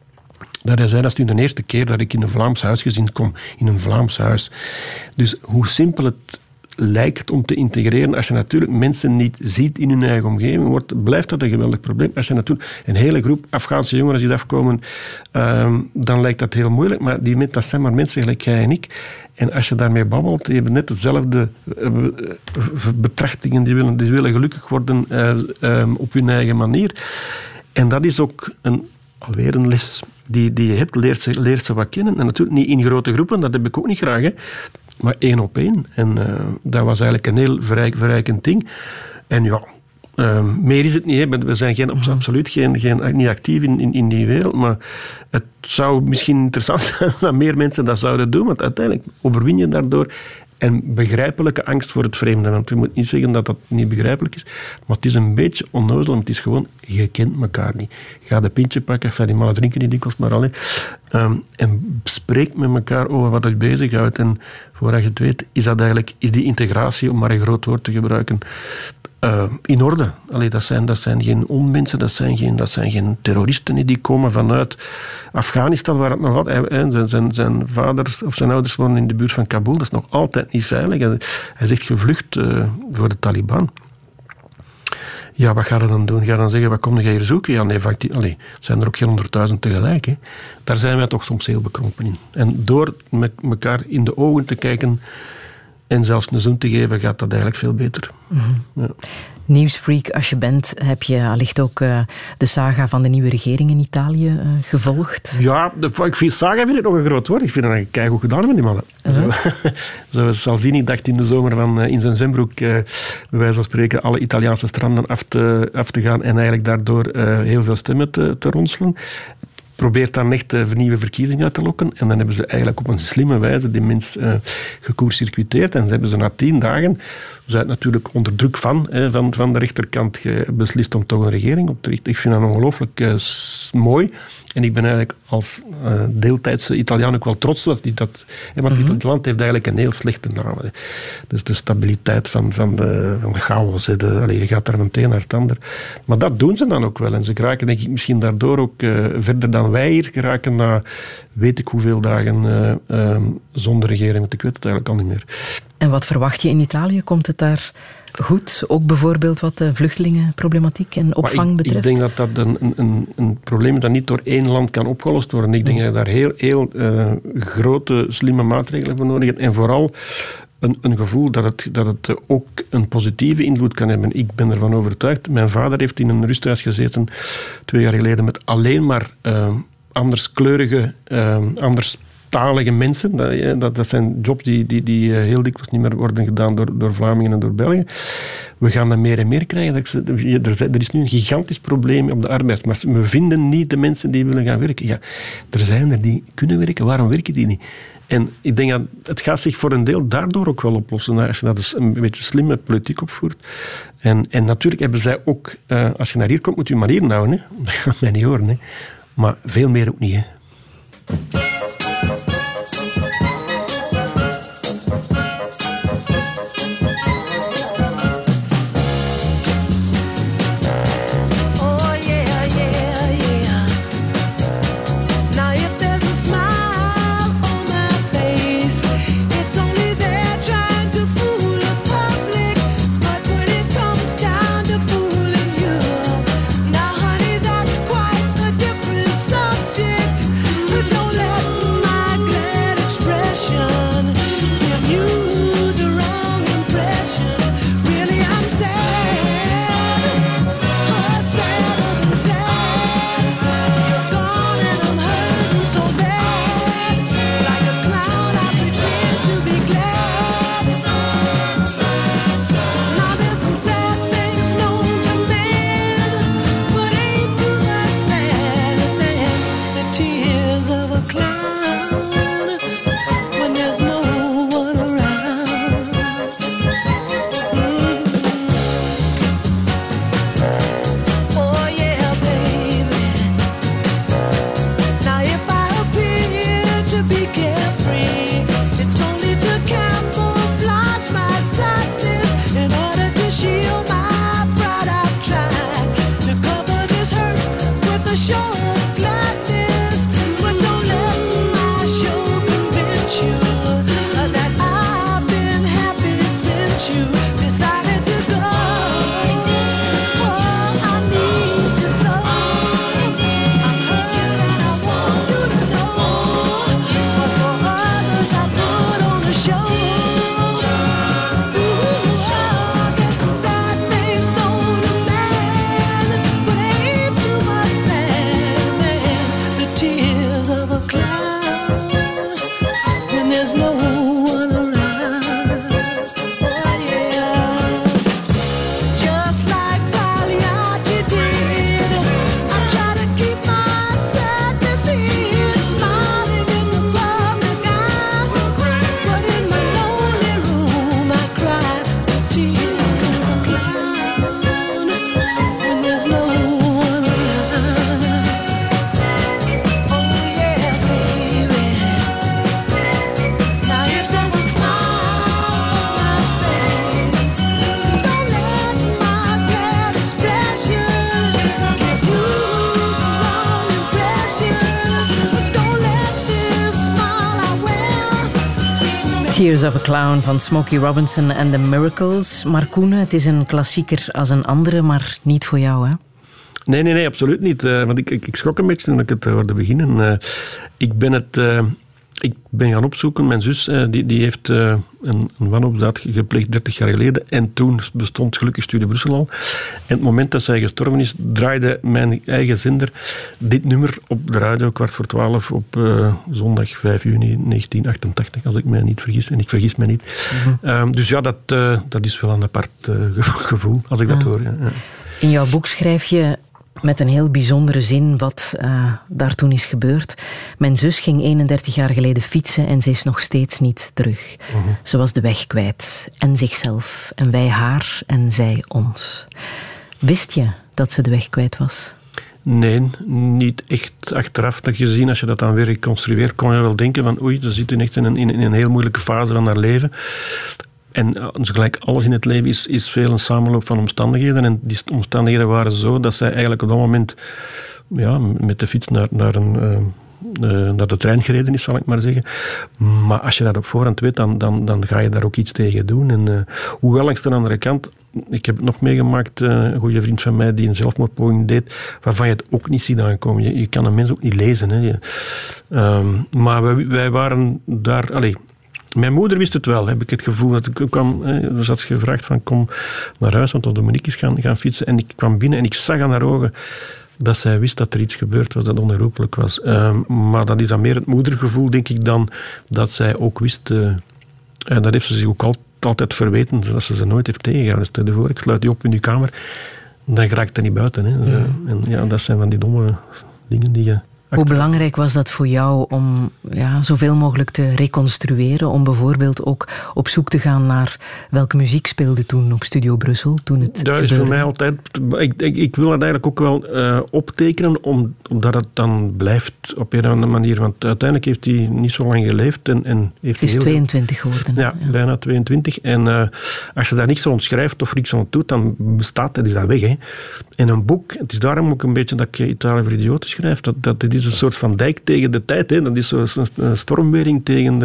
Dat hij zei, dat is nu de eerste keer dat ik in een Vlaams huisgezin kom. In een Vlaams huis. Dus hoe simpel het lijkt om te integreren, als je natuurlijk mensen niet ziet in hun eigen omgeving, blijft dat een geweldig probleem. Als je natuurlijk een hele groep Afghaanse jongeren ziet afkomen, dan lijkt dat heel moeilijk. Maar dat zijn maar mensen gelijk jij en ik. En als je daarmee babbelt, die hebben net dezelfde betrachtingen. Die willen gelukkig worden op hun eigen manier. En dat is ook alweer een les die je hebt, leert ze wat kennen. En natuurlijk niet in grote groepen, dat heb ik ook niet graag, hè. Maar 1 op 1. En dat was eigenlijk een heel verrijkend ding. En ja, meer is het niet. Hè. We zijn absoluut niet actief in die wereld. Maar het zou misschien interessant zijn dat meer mensen dat zouden doen. Want uiteindelijk overwin je daardoor een begrijpelijke angst voor het vreemde. Want je moet niet zeggen dat dat niet begrijpelijk is. Maar het is een beetje onnozel. Het is gewoon, je kent elkaar niet. Ga de pintje pakken, die mannen drinken niet dikwijls, maar alleen. En spreek met elkaar over wat je bezighoudt. En voordat je het weet, is die integratie, om maar een groot woord te gebruiken, in orde. Allee, dat zijn geen onmensen, dat zijn geen terroristen die komen vanuit Afghanistan, waar het nog altijd... Zijn vaders of zijn ouders wonen in de buurt van Kabul, dat is nog altijd niet veilig. Hij is echt gevlucht voor de Taliban. Ja, wat ga je dan doen? Ga je dan zeggen, wat kom je hier zoeken? Ja, nee, zijn er ook geen 100.000 tegelijk. Hè? Daar zijn wij toch soms heel bekrompen in. En door met elkaar in de ogen te kijken en zelfs een zoen te geven, gaat dat eigenlijk veel beter. Mm-hmm. Ja. Nieuwsfreak als je bent, heb je allicht ook de saga van de nieuwe regering in Italië gevolgd? Ja, saga vind ik nog een groot woord. Ik vind dat een keigoed gedaan met die mannen. Zoals Salvini dacht in de zomer van in zijn zwembroek, bij wijze van spreken, alle Italiaanse stranden af te gaan en eigenlijk daardoor heel veel stemmen te ronselen. Probeert dan echt nieuwe verkiezingen uit te lokken. En dan hebben ze eigenlijk op een slimme wijze die mens gecourt-circuiteerd. En ze hebben ze na 10 dagen, ze uit natuurlijk onder druk van de rechterkant beslist om toch een regering op te richten. Ik vind dat ongelooflijk mooi. En ik ben eigenlijk als deeltijdse Italiaan ook wel trots dat hij dat... Want dit land heeft eigenlijk een heel slechte naam. Dus de stabiliteit van de chaos. Je gaat daar meteen naar het ander. Maar dat doen ze dan ook wel. En ze geraken denk ik misschien daardoor ook verder dan wij hier geraken na weet ik hoeveel dagen zonder regering. Want ik weet het eigenlijk al niet meer. En wat verwacht je in Italië? Komt het daar goed? Ook bijvoorbeeld wat de vluchtelingenproblematiek en opvang betreft? Ik denk dat dat een probleem is dat niet door één land kan opgelost worden. Ik denk dat je daar heel grote, slimme maatregelen voor nodig hebt. En vooral een gevoel dat het ook een positieve invloed kan hebben. Ik ben ervan overtuigd. Mijn vader heeft in een rusthuis gezeten 2 jaar geleden met alleen maar anderskleurige, anderstalige mensen. Dat zijn jobs die heel dikwijls niet meer worden gedaan door Vlamingen en door Belgen. We gaan dat meer en meer krijgen. Er is nu een gigantisch probleem op de arbeidsmarkt. We vinden niet de mensen die willen gaan werken. Ja, er zijn er die kunnen werken. Waarom werken die niet? En ik denk dat het gaat zich voor een deel daardoor ook wel oplossen, als je dat dus een beetje slimme politiek opvoert. En natuurlijk hebben zij ook, als je naar hier komt, moet je manieren houden. Hè. Dat gaat mij niet horen. Hè. Maar veel meer ook niet. Hè. Tears of a Clown van Smokey Robinson en The Miracles. Maar Koen, het is een klassieker als een andere, maar niet voor jou, hè? Nee, absoluut niet. Want ik schrok een beetje toen ik het hoorde beginnen. Ik ben gaan opzoeken. Mijn zus die heeft een wanopdaad gepleegd 30 jaar geleden. En toen bestond gelukkig Studio Brussel al. En het moment dat zij gestorven is, draaide mijn eigen zender dit nummer op de radio 11:15 op zondag 5 juni 1988, als ik mij niet vergis. En ik vergis mij niet. Mm-hmm. Dus ja, dat is wel een apart gevoel, als ik dat hoor. Ja. In jouw boek schrijf je met een heel bijzondere zin wat daar toen is gebeurd. Mijn zus ging 31 jaar geleden fietsen en ze is nog steeds niet terug. Uh-huh. Ze was de weg kwijt. En zichzelf. En wij haar en zij ons. Wist je dat ze de weg kwijt was? Nee, niet echt achteraf gezien. Als je dat dan weer reconstrueert, kon je wel denken van oei, ze zit echt in een heel moeilijke fase van haar leven. En gelijk alles in het leven is veel een samenloop van omstandigheden. En die omstandigheden waren zo dat zij eigenlijk op dat moment met de fiets naar de trein gereden is, zal ik maar zeggen. Maar als je dat op voorhand weet, dan ga je daar ook iets tegen doen. En hoewel langs de andere kant, ik heb het nog meegemaakt, een goede vriend van mij die een zelfmoordpoging deed, waarvan je het ook niet ziet aankomen. Je kan een mens ook niet lezen. Hè. Maar wij waren daar... Mijn moeder wist het wel, heb ik het gevoel. Dat ik kwam, ze had gevraagd van kom naar huis, want Dominique is gaan fietsen. En ik kwam binnen en ik zag aan haar ogen dat zij wist dat er iets gebeurd was dat onherroepelijk was. Maar dat is dan meer het moedergevoel, denk ik, dan dat zij ook wist. En dat heeft ze zich ook altijd verweten, dat ze nooit heeft tegengehouden. Stel je voor, ik sluit die op in die kamer, dan raakt er niet buiten. Hè. En dat zijn van die domme dingen die je... Hoe belangrijk was dat voor jou om zoveel mogelijk te reconstrueren? Om bijvoorbeeld ook op zoek te gaan naar welke muziek speelde toen op Studio Brussel? Toen het dat is voor mij altijd... Ik wil dat eigenlijk ook wel optekenen, omdat het dan blijft op een of andere manier. Want uiteindelijk heeft hij niet zo lang geleefd. En heeft het is 22 geworden. Ja, bijna 22. En als je daar niks rond schrijft of niks rond doet, dan bestaat het, is dat weg. Hè. En een boek, het is daarom ook een beetje dat ik Italië voor idioten schrijf, dat dit is een soort van dijk tegen de tijd. Hè. Dat is zo'n stormwering tegen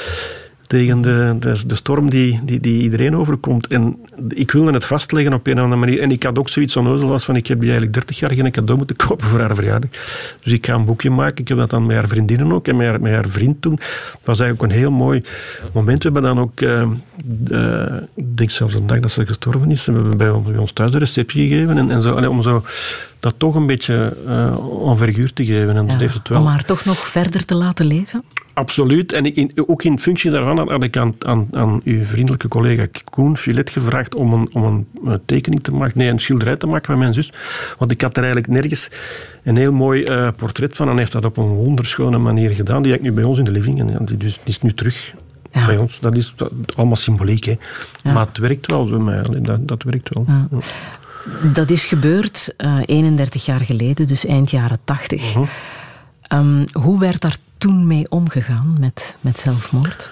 de storm die iedereen overkomt. En ik wilde het vastleggen op een of andere manier. En ik had ook zoiets onnozel als van ik heb die eigenlijk 30 jaar geen cadeau moeten kopen voor haar verjaardag. Dus ik ga een boekje maken. Ik heb dat dan met haar vriendinnen ook en met haar vriend toen. Het was eigenlijk ook een heel mooi moment. We hebben dan ook, ik denk zelfs een dag dat ze gestorven is, we hebben bij ons thuis een receptie gegeven en zo, om zo dat toch een beetje enverguur te geven. En dat heeft het wel. Om haar toch nog verder te laten leven? Absoluut. En ook in functie daarvan had ik aan uw vriendelijke collega Koen Filet gevraagd om een tekening te maken, een schilderij te maken van mijn zus. Want ik had er eigenlijk nergens een heel mooi portret van. En hij heeft dat op een wonderschone manier gedaan. Die heb ik nu bij ons in de living. En die is nu terug bij ons. Dat is allemaal symboliek. Hè. Ja. Maar het werkt wel bij mij. Dat werkt wel. Ja. Ja. Dat is gebeurd 31 jaar geleden, dus eind jaren 80. Uh-huh. Hoe werd daar toen mee omgegaan met zelfmoord?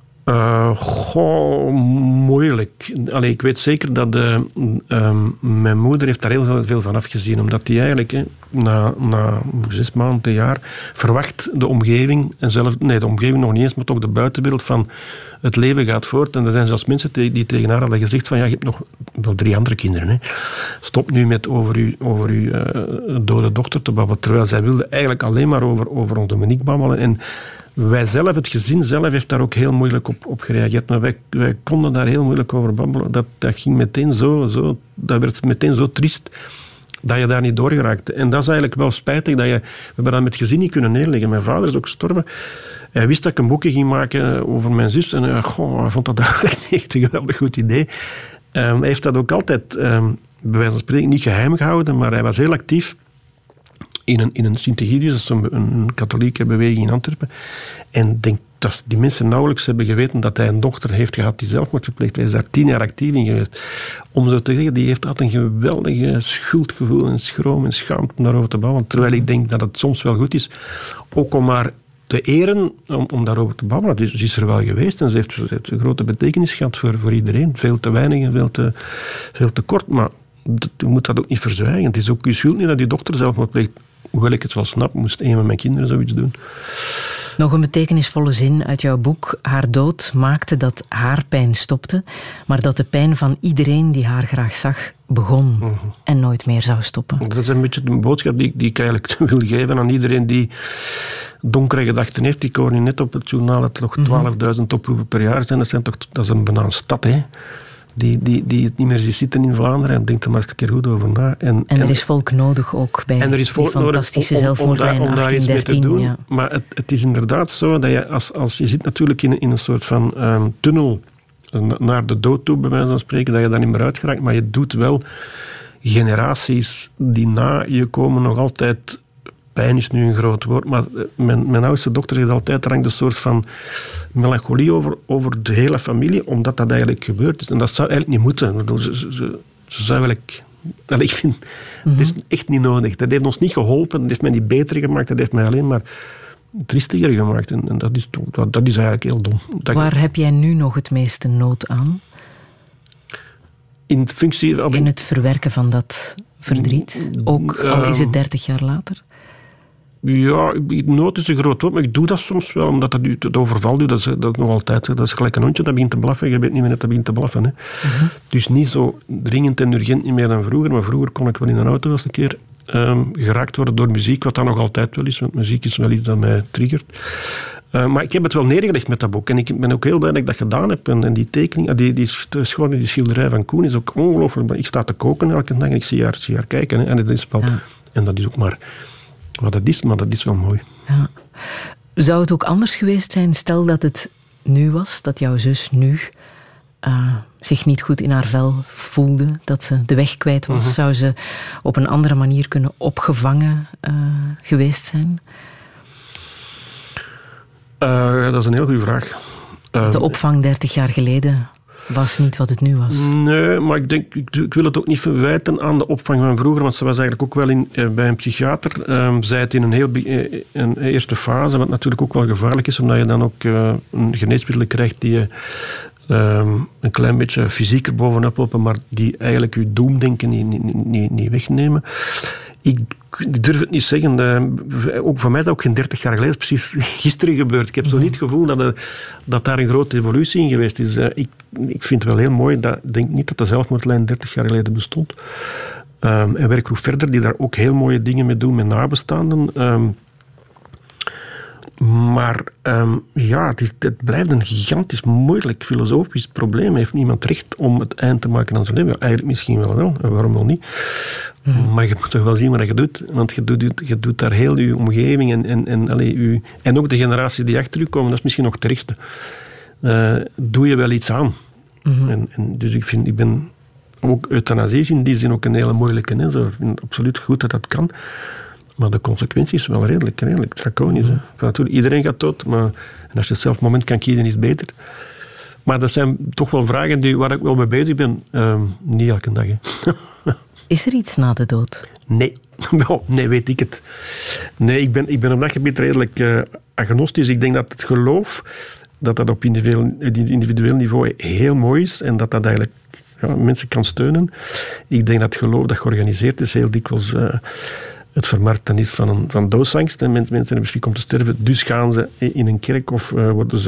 Moeilijk. Ik weet zeker dat mijn moeder heeft daar heel veel van afgezien, omdat die eigenlijk... na 6 maanden, een jaar, verwacht de omgeving, de omgeving nog niet eens, maar toch de buitenwereld van het leven gaat voort. En er zijn zelfs mensen die tegen haar hadden gezegd van, ja, je hebt nog wel 3 andere kinderen. Hè. Stop nu met over uw dode dochter te babbelen. Terwijl zij wilde eigenlijk alleen maar over onze Dominique babbelen. En wij zelf, het gezin zelf, heeft daar ook heel moeilijk op gereageerd. Maar wij konden daar heel moeilijk over babbelen. Dat ging meteen dat werd meteen zo triest dat je daar niet doorgeraakte. En dat is eigenlijk wel spijtig. We hebben dat met het gezin niet kunnen neerleggen. Mijn vader is ook gestorven. Hij wist dat ik een boekje ging maken over mijn zus. En hij vond dat eigenlijk niet echt een geweldig goed idee. Hij heeft dat ook altijd, bij wijze van spreken, niet geheim gehouden. Maar hij was heel actief in een Sint-Egidius, dat is een katholieke beweging in Antwerpen. En ik denk dat die mensen nauwelijks hebben geweten dat hij een dochter heeft gehad die zelfmoord gepleegd. Hij is daar 10 jaar actief in geweest. Om zo te zeggen, die heeft altijd een geweldige schuldgevoel en schroom en schaamte om daarover te babbelen. Terwijl ik denk dat het soms wel goed is, ook om haar te eren, om daarover te babbelen. Dus ze is er wel geweest en ze heeft een grote betekenis gehad voor iedereen. Veel te weinig en veel te kort, maar je moet dat ook niet verzwijgen. Het is ook je schuld niet dat je dochter zelfmoord pleegt. Hoewel ik het wel snap, moest een van mijn kinderen zoiets doen. Nog een betekenisvolle zin uit jouw boek. Haar dood maakte dat haar pijn stopte, maar dat de pijn van iedereen die haar graag zag, begon en nooit meer zou stoppen. Dat is een beetje de boodschap die ik eigenlijk wil geven aan iedereen die donkere gedachten heeft. Ik hoor nu net op het journaal dat er nog 12.000 oproepen per jaar zijn. Dat is een bijna stad, hè. Die het niet meer ziet zitten in Vlaanderen en denkt er maar eens een keer goed over na. En er is volk nodig ook bij die fantastische zelfmoordlijn 1813. Doen. Ja. Maar het is inderdaad zo dat je, als je zit natuurlijk in een soort van tunnel naar de dood toe, bij wijze van spreken, dat je daar niet meer uit geraakt, maar je doet wel generaties die na je komen nog altijd. Pijn is nu een groot woord, maar mijn oudste dochter heeft altijd er hangt een soort van melancholie over de hele familie, omdat dat eigenlijk gebeurd is. En dat zou eigenlijk niet moeten. Ze zou eigenlijk... Ik vind, dat is echt niet nodig. Dat heeft ons niet geholpen, dat heeft mij niet beter gemaakt, dat heeft mij alleen maar triestiger gemaakt. En dat is eigenlijk heel dom. Waar heb jij nu nog het meeste nood aan? In het verwerken van dat verdriet? Ook al is het 30 jaar later? Ja, nood is een groot woord, maar ik doe dat soms wel, omdat het overvalt u. Dat is nog altijd. Dat is gelijk een hondje dat begint te blaffen. Je weet niet meer dat begint te blaffen. Hè. Dus niet zo dringend en urgent niet meer dan vroeger. Maar vroeger kon ik wel in een auto eens een keer geraakt worden door muziek, wat dat nog altijd wel is, want muziek is wel iets dat mij triggert. Maar ik heb het wel neergelegd met dat boek. En ik ben ook heel blij dat ik dat gedaan heb. En die tekening, die schilderij van Koen is ook ongelooflijk. Ik sta te koken elke dag en ik zie haar kijken. Hè. En dat is wel... En dat is ook maar... Wat dat is, maar dat is wel mooi. Ja. Zou het ook anders geweest zijn, stel dat het nu was, dat jouw zus nu zich niet goed in haar vel voelde, dat ze de weg kwijt was? Zou ze op een andere manier kunnen opgevangen geweest zijn? Dat is een heel goede vraag. De opvang 30 jaar geleden was niet wat het nu was. Nee, maar ik wil het ook niet verwijten aan de opvang van vroeger, want ze was eigenlijk ook wel bij een psychiater. Zij het in een eerste fase, wat natuurlijk ook wel gevaarlijk is, omdat je dan ook een geneesmiddelen krijgt die je een klein beetje fysieker bovenop helpen, maar die eigenlijk je doemdenken niet wegnemen. Ik durf het niet zeggen. Ook voor mij is dat ook geen 30 jaar geleden. Precies gisteren gebeurd. Ik heb zo niet het gevoel dat daar een grote evolutie in geweest is. Ik vind het wel heel mooi. Ik denk niet dat de zelfmoordlijn 30 jaar geleden bestond. En Werkgroep Verder, die daar ook heel mooie dingen mee doen met nabestaanden. Maar het blijft een gigantisch moeilijk filosofisch probleem. Heeft niemand recht om het eind te maken aan zijn leven? Ja, eigenlijk misschien wel. En waarom wel niet? Maar je moet toch wel zien wat je doet. Want je doet daar heel je omgeving en ook de generaties die achter je komen. Dat is misschien nog het rechtste. Doe je wel iets aan. Dus ik ben ook euthanasie in die zin ook een hele moeilijke. Hè. Zo, ik vind het absoluut goed dat dat kan. Maar de consequenties wel redelijk draconisch. Iedereen gaat dood, maar en als je het zelf moment kan kiezen, is het beter. Maar dat zijn toch wel vragen waar ik wel mee bezig ben. Niet elke dag. Hè. Is er iets na de dood? Nee. Nee, weet ik het. Nee, ik ben op dat gebied redelijk agnostisch. Ik denk dat het geloof, dat op individueel niveau heel mooi is en dat eigenlijk mensen kan steunen. Ik denk dat het geloof dat georganiseerd is heel dikwijls het vermarkten is van doodsangst. En mensen hebben misschien komen te sterven, dus gaan ze in een kerk of worden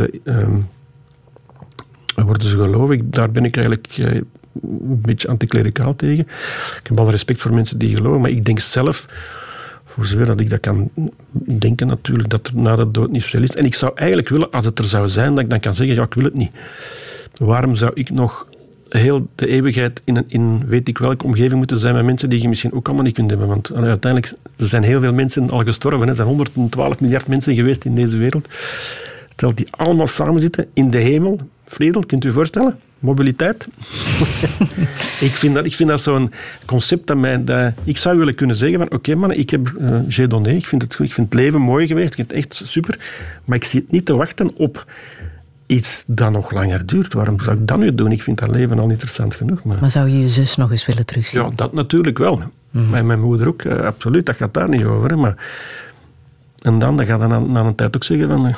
ze gelovig. Daar ben ik eigenlijk een beetje anticlericaal tegen. Ik heb alle respect voor mensen die geloven, maar ik denk zelf, voor zover dat ik dat kan denken natuurlijk, dat er na de dood niet veel is. En ik zou eigenlijk willen, als het er zou zijn, dat ik dan kan zeggen, ja, ik wil het niet. Waarom zou ik nog heel de eeuwigheid in weet ik welke omgeving moeten zijn met mensen die je misschien ook allemaal niet kunt hebben? Want uiteindelijk er zijn heel veel mensen al gestorven. Er zijn 112 miljard mensen geweest in deze wereld. Terwijl die allemaal samen zitten in de hemel. Friedel, kunt u je voorstellen? Mobiliteit. Ik vind dat zo'n concept dat ik zou willen kunnen zeggen van oké, man, ik heb j'ai donné, ik vind het goed, ik vind het leven mooi geweest, ik vind het echt super, maar ik zit niet te wachten op iets dat nog langer duurt. Waarom zou ik dat nu doen? Ik vind dat leven al interessant genoeg. Maar zou je je zus nog eens willen terugzien? Ja, dat natuurlijk wel. Mijn moeder ook, absoluut, dat gaat daar niet over. Hè, maar en dan ga je na een tijd ook zeggen van...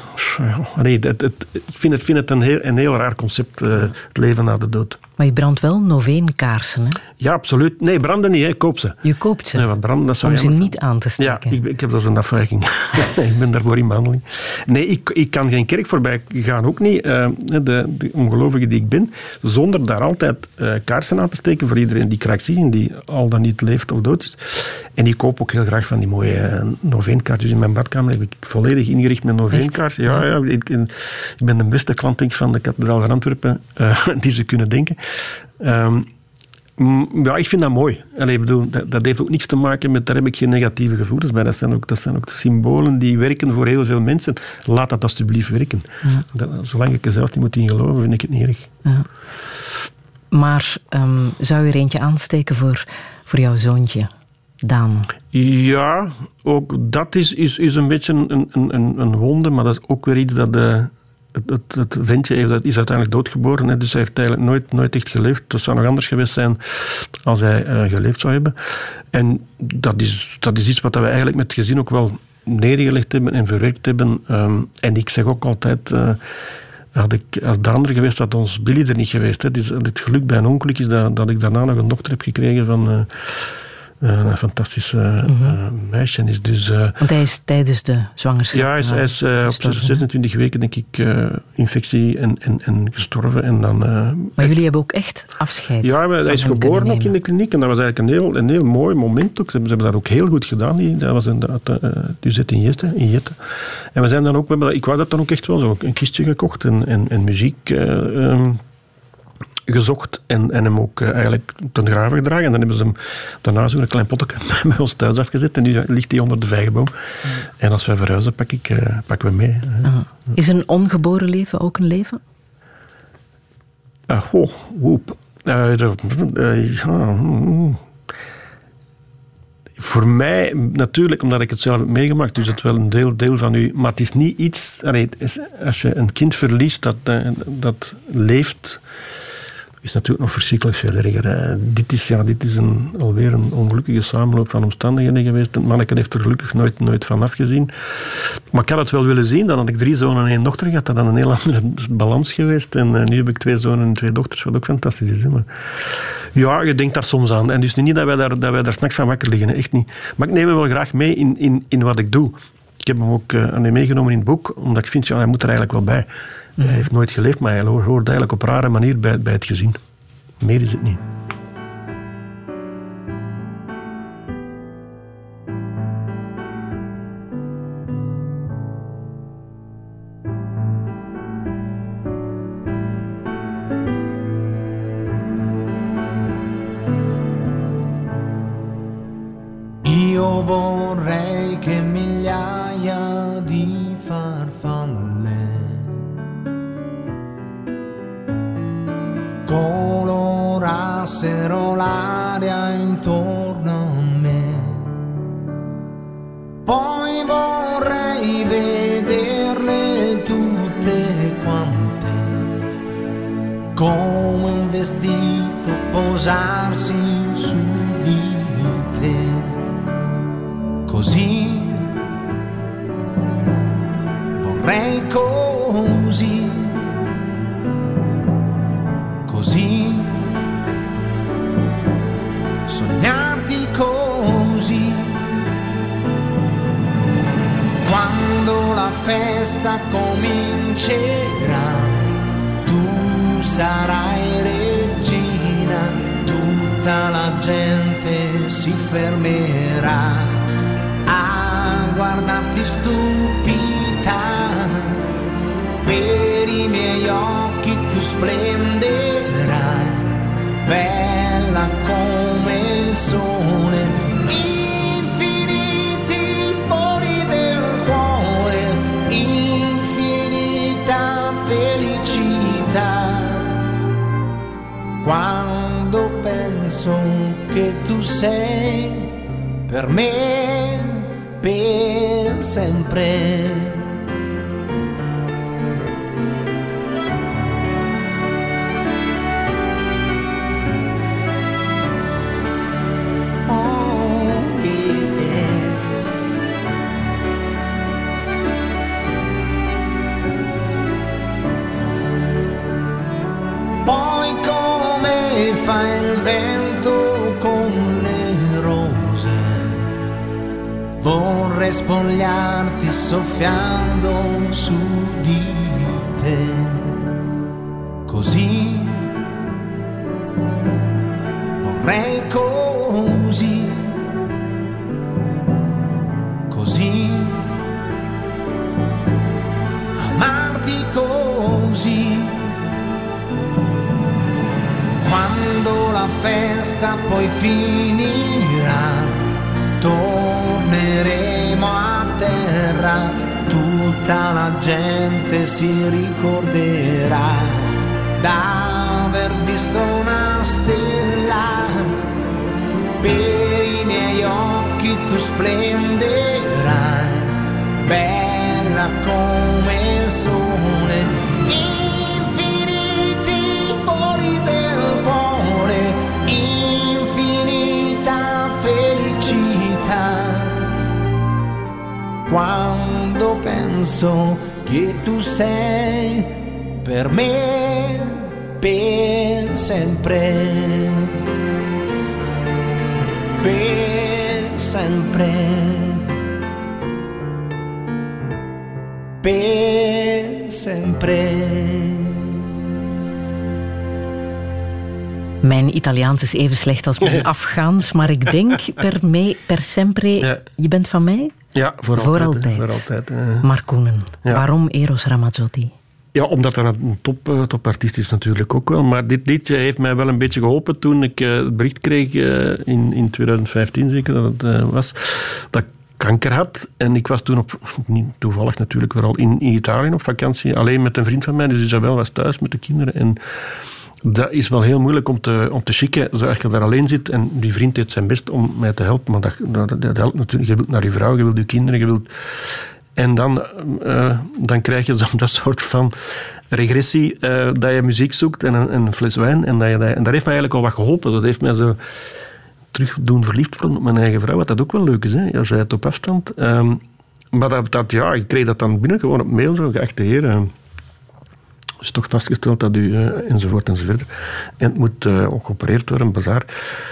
ik vind het een heel raar concept, het leven na de dood. Maar je brandt wel Noveen-kaarsen, hè? Ja, absoluut. Nee, branden niet, hè. Koop ze. Je koopt ze? Nee, want branden, dat zou om ze niet aan te steken? Ja, ik heb dat zo'n afwijking. Ik ben daarvoor in behandeling. Nee, ik kan geen kerk voorbij gaan, ook niet. De ongelovige die ik ben, zonder daar altijd kaarsen aan te steken voor iedereen die krankzinnig die al dan niet leeft of dood is. En ik koop ook heel graag van die mooie Noveen-kaartjes. In mijn badkamer heb ik volledig ingericht met Noveen-kaarsen. Ja, ik ben de beste klant, denk ik, van de kathedraal van Antwerpen die ze kunnen denken. Ja, ik vind dat mooi. Allee, bedoel, dat heeft ook niks te maken met... Daar heb ik geen negatieve gevoelens bij. Dat zijn ook de symbolen die werken voor heel veel mensen. Laat dat alsjeblieft werken. Ja. Zolang ik er zelf niet moet in geloven, vind ik het niet erg. Ja. Maar zou je er eentje aansteken voor jouw zoontje, Daan? Ja, ook dat is een beetje een wonde, maar dat is ook weer iets dat... Het ventje is uiteindelijk doodgeboren, hè, dus hij heeft eigenlijk nooit echt geleefd. Het zou nog anders geweest zijn als hij geleefd zou hebben. En dat is iets wat we eigenlijk met het gezin ook wel neergelegd hebben en verwerkt hebben. En ik zeg ook altijd... als de andere geweest, had ons Billy er niet geweest. Hè. Dus het geluk bij een ongeluk is dat ik daarna nog een dochter heb gekregen van... een fantastisch meisje is. Dus, want hij is tijdens de zwangerschap hij is op 26 weken, denk ik, infectie en gestorven. En dan, maar jullie hebben ook echt afscheid. Ja, hij is geboren ook in de kliniek. En dat was eigenlijk een heel mooi moment ook. Ze hebben dat ook heel goed gedaan. Dat was die zit in Jette. En we zijn dan ook... Ik wou dat dan ook echt wel zo. Een kistje gekocht en muziek... gezocht en hem ook eigenlijk ten graven gedragen. En dan hebben ze hem daarna zo'n klein potje bij ons thuis afgezet en nu ligt hij onder de vijgenboom. En als wij verhuizen, pakken we mee. Is een ongeboren leven ook een leven? Voor mij natuurlijk, omdat ik het zelf heb meegemaakt, is het wel een deel van u. Maar het is niet iets... als je een kind verliest dat leeft... is natuurlijk nog verschrikkelijk veel erger. Dit is alweer een ongelukkige samenloop van omstandigheden geweest. Het manneke heeft er gelukkig nooit van afgezien. Maar ik had het wel willen zien. Dan had ik 3 zonen en 1 dochter gehad. Dat had een heel andere balans geweest. En nu heb ik 2 zonen en 2 dochters, wat ook fantastisch is. Hè. Maar ja, je denkt daar soms aan. En dus niet dat wij daar 's nachts van wakker liggen. Hè. Echt niet. Maar ik neem hem wel graag mee in wat ik doe. Ik heb hem ook meegenomen in het boek, omdat ik vind, hij moet er eigenlijk wel bij. Hij heeft nooit geleefd, maar hij hoort eigenlijk op een rare manier bij het gezin. Meer is het niet. Io vorrei che migliaia di farfalle colorassero l'aria intorno a me. Poi vorrei vederle tutte quante, come un vestito posarsi su di te. Così vorrei così sognarti così festa comincerà, tu sarai regina, tutta la gente si fermerà a guardarti stupita, per i miei occhi tu splenderai, bella come il sole, infiniti pori del cuore, infinita felicità. Quando penso che tu sei per me, per sempre. Fa il vento con le rose, vorrei spogliarti soffiando su di te, così vorrei così, così amarti così. Quando la festa poi finirà, torneremo a terra, tutta la gente si ricorderà d'aver visto una stella, per i miei occhi tu splenderai, bella come il sole, infinita felicità. Quando penso che tu sei per me, per sempre, per sempre, per sempre. Mijn Italiaans is even slecht als mijn Afghaans, maar ik denk per sempre, ja. Je bent van mij? Ja, voor altijd. Mark Koenen, ja. Waarom Eros Ramazzotti? Ja, omdat dat een topartiest is natuurlijk ook wel. Maar dit liedje heeft mij wel een beetje geholpen toen ik het bericht kreeg in 2015 zeker dat het was, dat ik kanker had. En ik was toen toevallig natuurlijk weer al in Italië op vakantie, alleen met een vriend van mij, dus Isabel was thuis met de kinderen en dat is wel heel moeilijk om te schikken, zoals je daar alleen zit. En die vriend deed zijn best om mij te helpen. Maar dat helpt natuurlijk. Je wilt naar je vrouw, je wilt je kinderen, je wilt... En dan krijg je dat soort van regressie, dat je muziek zoekt en een fles wijn. En dat heeft mij eigenlijk al wat geholpen. Dat heeft mij zo terug doen verliefd worden op mijn eigen vrouw. Wat dat ook wel leuk is, hè. Ja, zij het op afstand. Maar ik kreeg dat dan binnen, gewoon op mail. Zo, geachte heer... is toch vastgesteld dat u enzovoort. En het moet ook geopereerd worden, bazaar.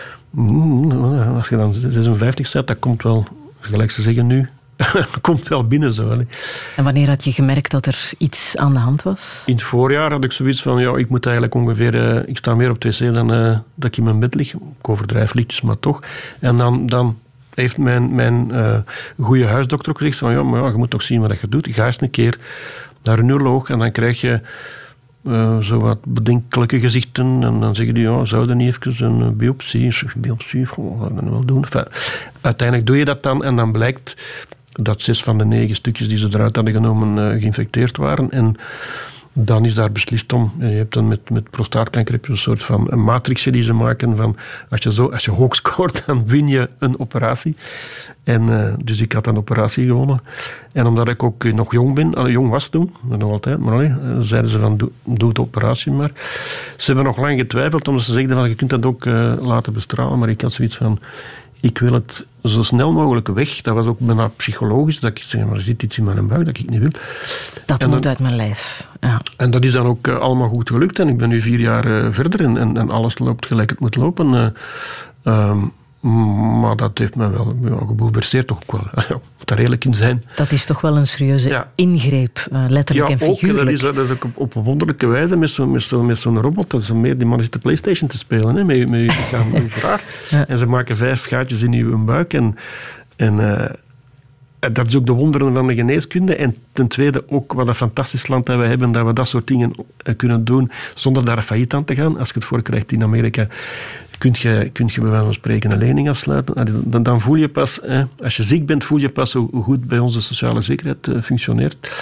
Als je dan 56 bent, dat komt wel, gelijk ze zeggen nu, komt wel binnen zo. Hè. En wanneer had je gemerkt dat er iets aan de hand was? In het voorjaar had ik zoiets van, ik moet eigenlijk ongeveer, ik sta meer op het wc dan dat ik in mijn bed lig. Ik overdrijf liedjes, maar toch. En dan heeft mijn goede huisdokter ook gezegd van, je moet toch zien wat je doet. Ga eens een keer naar een neuroloog en dan krijg je zo wat bedenkelijke gezichten en dan zeggen die, zouden niet even een biopsie, ga ik dat wel doen. Enfin, uiteindelijk doe je dat dan en dan blijkt dat 6 van de 9 stukjes die ze eruit hadden genomen geïnfecteerd waren en dan is daar beslist om. Je hebt dan met prostaatkanker heb je een soort van een matrixje die ze maken van als je hoog scoort, dan win je een operatie. En dus ik had een operatie gewonnen. En omdat ik ook nog jong was toen, nog altijd, maar zeiden ze van doe de operatie maar. Ze hebben nog lang getwijfeld, omdat ze zeiden van je kunt dat ook laten bestralen, maar ik had zoiets van ik wil het zo snel mogelijk weg. Dat was ook bijna psychologisch. Dat ik zeg, maar er zit iets in mijn buik dat ik niet wil. Dat moet uit mijn lijf. Ja. En dat is dan ook allemaal goed gelukt. En ik ben nu 4 jaar verder en alles loopt gelijk het moet lopen. Maar dat heeft me wel gebouleverseerd toch ook wel. Ja, moet daar eerlijk in zijn. Dat is toch wel een serieuze ingreep, letterlijk en figuurlijk. Ja, dat is ook op een wonderlijke wijze met zo'n robot. Dat is meer, die man is de PlayStation te spelen. Hè, met je lichaam. Dat is raar. Ja. En ze maken 5 gaatjes in je buik. En dat is ook de wonderen van de geneeskunde. En ten tweede ook wat een fantastisch land dat we hebben, dat we dat soort dingen kunnen doen zonder daar failliet aan te gaan. Als je het voor krijgt in Amerika, kun je bij wijze van spreken een lening afsluiten. Dan voel je pas, als je ziek bent, voel je pas hoe goed bij onze sociale zekerheid functioneert.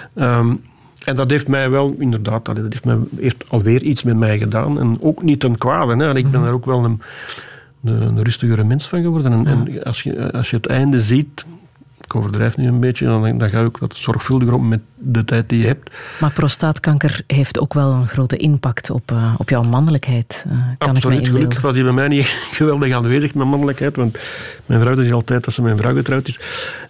En dat heeft mij wel, inderdaad, dat heeft alweer iets met mij gedaan. En ook niet ten kwade. Hè. Ik ben daar ook wel een rustigere mens van geworden. En als je het einde ziet, ik overdrijf nu een beetje, dan ga je ook wat zorgvuldiger om met de tijd die je hebt. Maar prostaatkanker heeft ook wel een grote impact op jouw mannelijkheid. Absoluut, gelukkig was die bij mij niet geweldig aanwezig, mijn mannelijkheid, want mijn vrouw zegt altijd dat ze met een vrouw getrouwd is.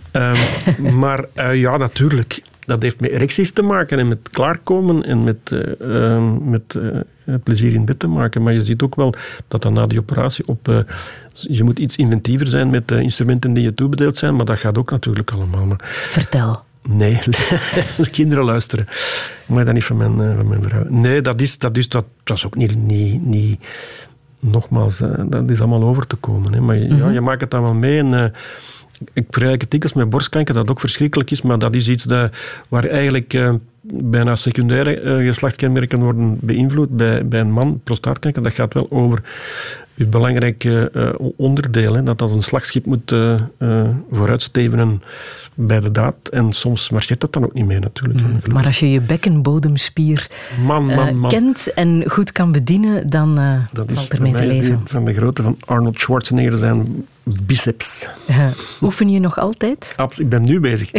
Maar ja, natuurlijk. Dat heeft met erecties te maken en met klaarkomen en met plezier in bed te maken. Maar je ziet ook wel dat dan na die operatie je moet iets inventiever zijn met de instrumenten die je toebedeeld zijn, maar dat gaat ook natuurlijk allemaal. Maar vertel. Nee, kinderen luisteren. Maar dat niet van mijn vrouw. Nee, dat is ook niet nogmaals, dat is allemaal over te komen. Hè. Maar ja, je maakt het dan wel mee en ik vergelijk het dikwijls met borstkanker, dat ook verschrikkelijk is, maar dat is iets waar eigenlijk bijna secundaire geslachtskenmerken worden beïnvloed. Bij een man, prostaatkanker, dat gaat wel over het belangrijke onderdeel, hè, dat een slagschip moet vooruitstevenen bij de daad. En soms marcheert dat dan ook niet mee, natuurlijk. Maar als je je bekkenbodemspier kent en goed kan bedienen, dan valt er mee te leven. Van de grootte van Arnold Schwarzenegger zijn biceps. Oefen je nog altijd? Ik ben nu bezig.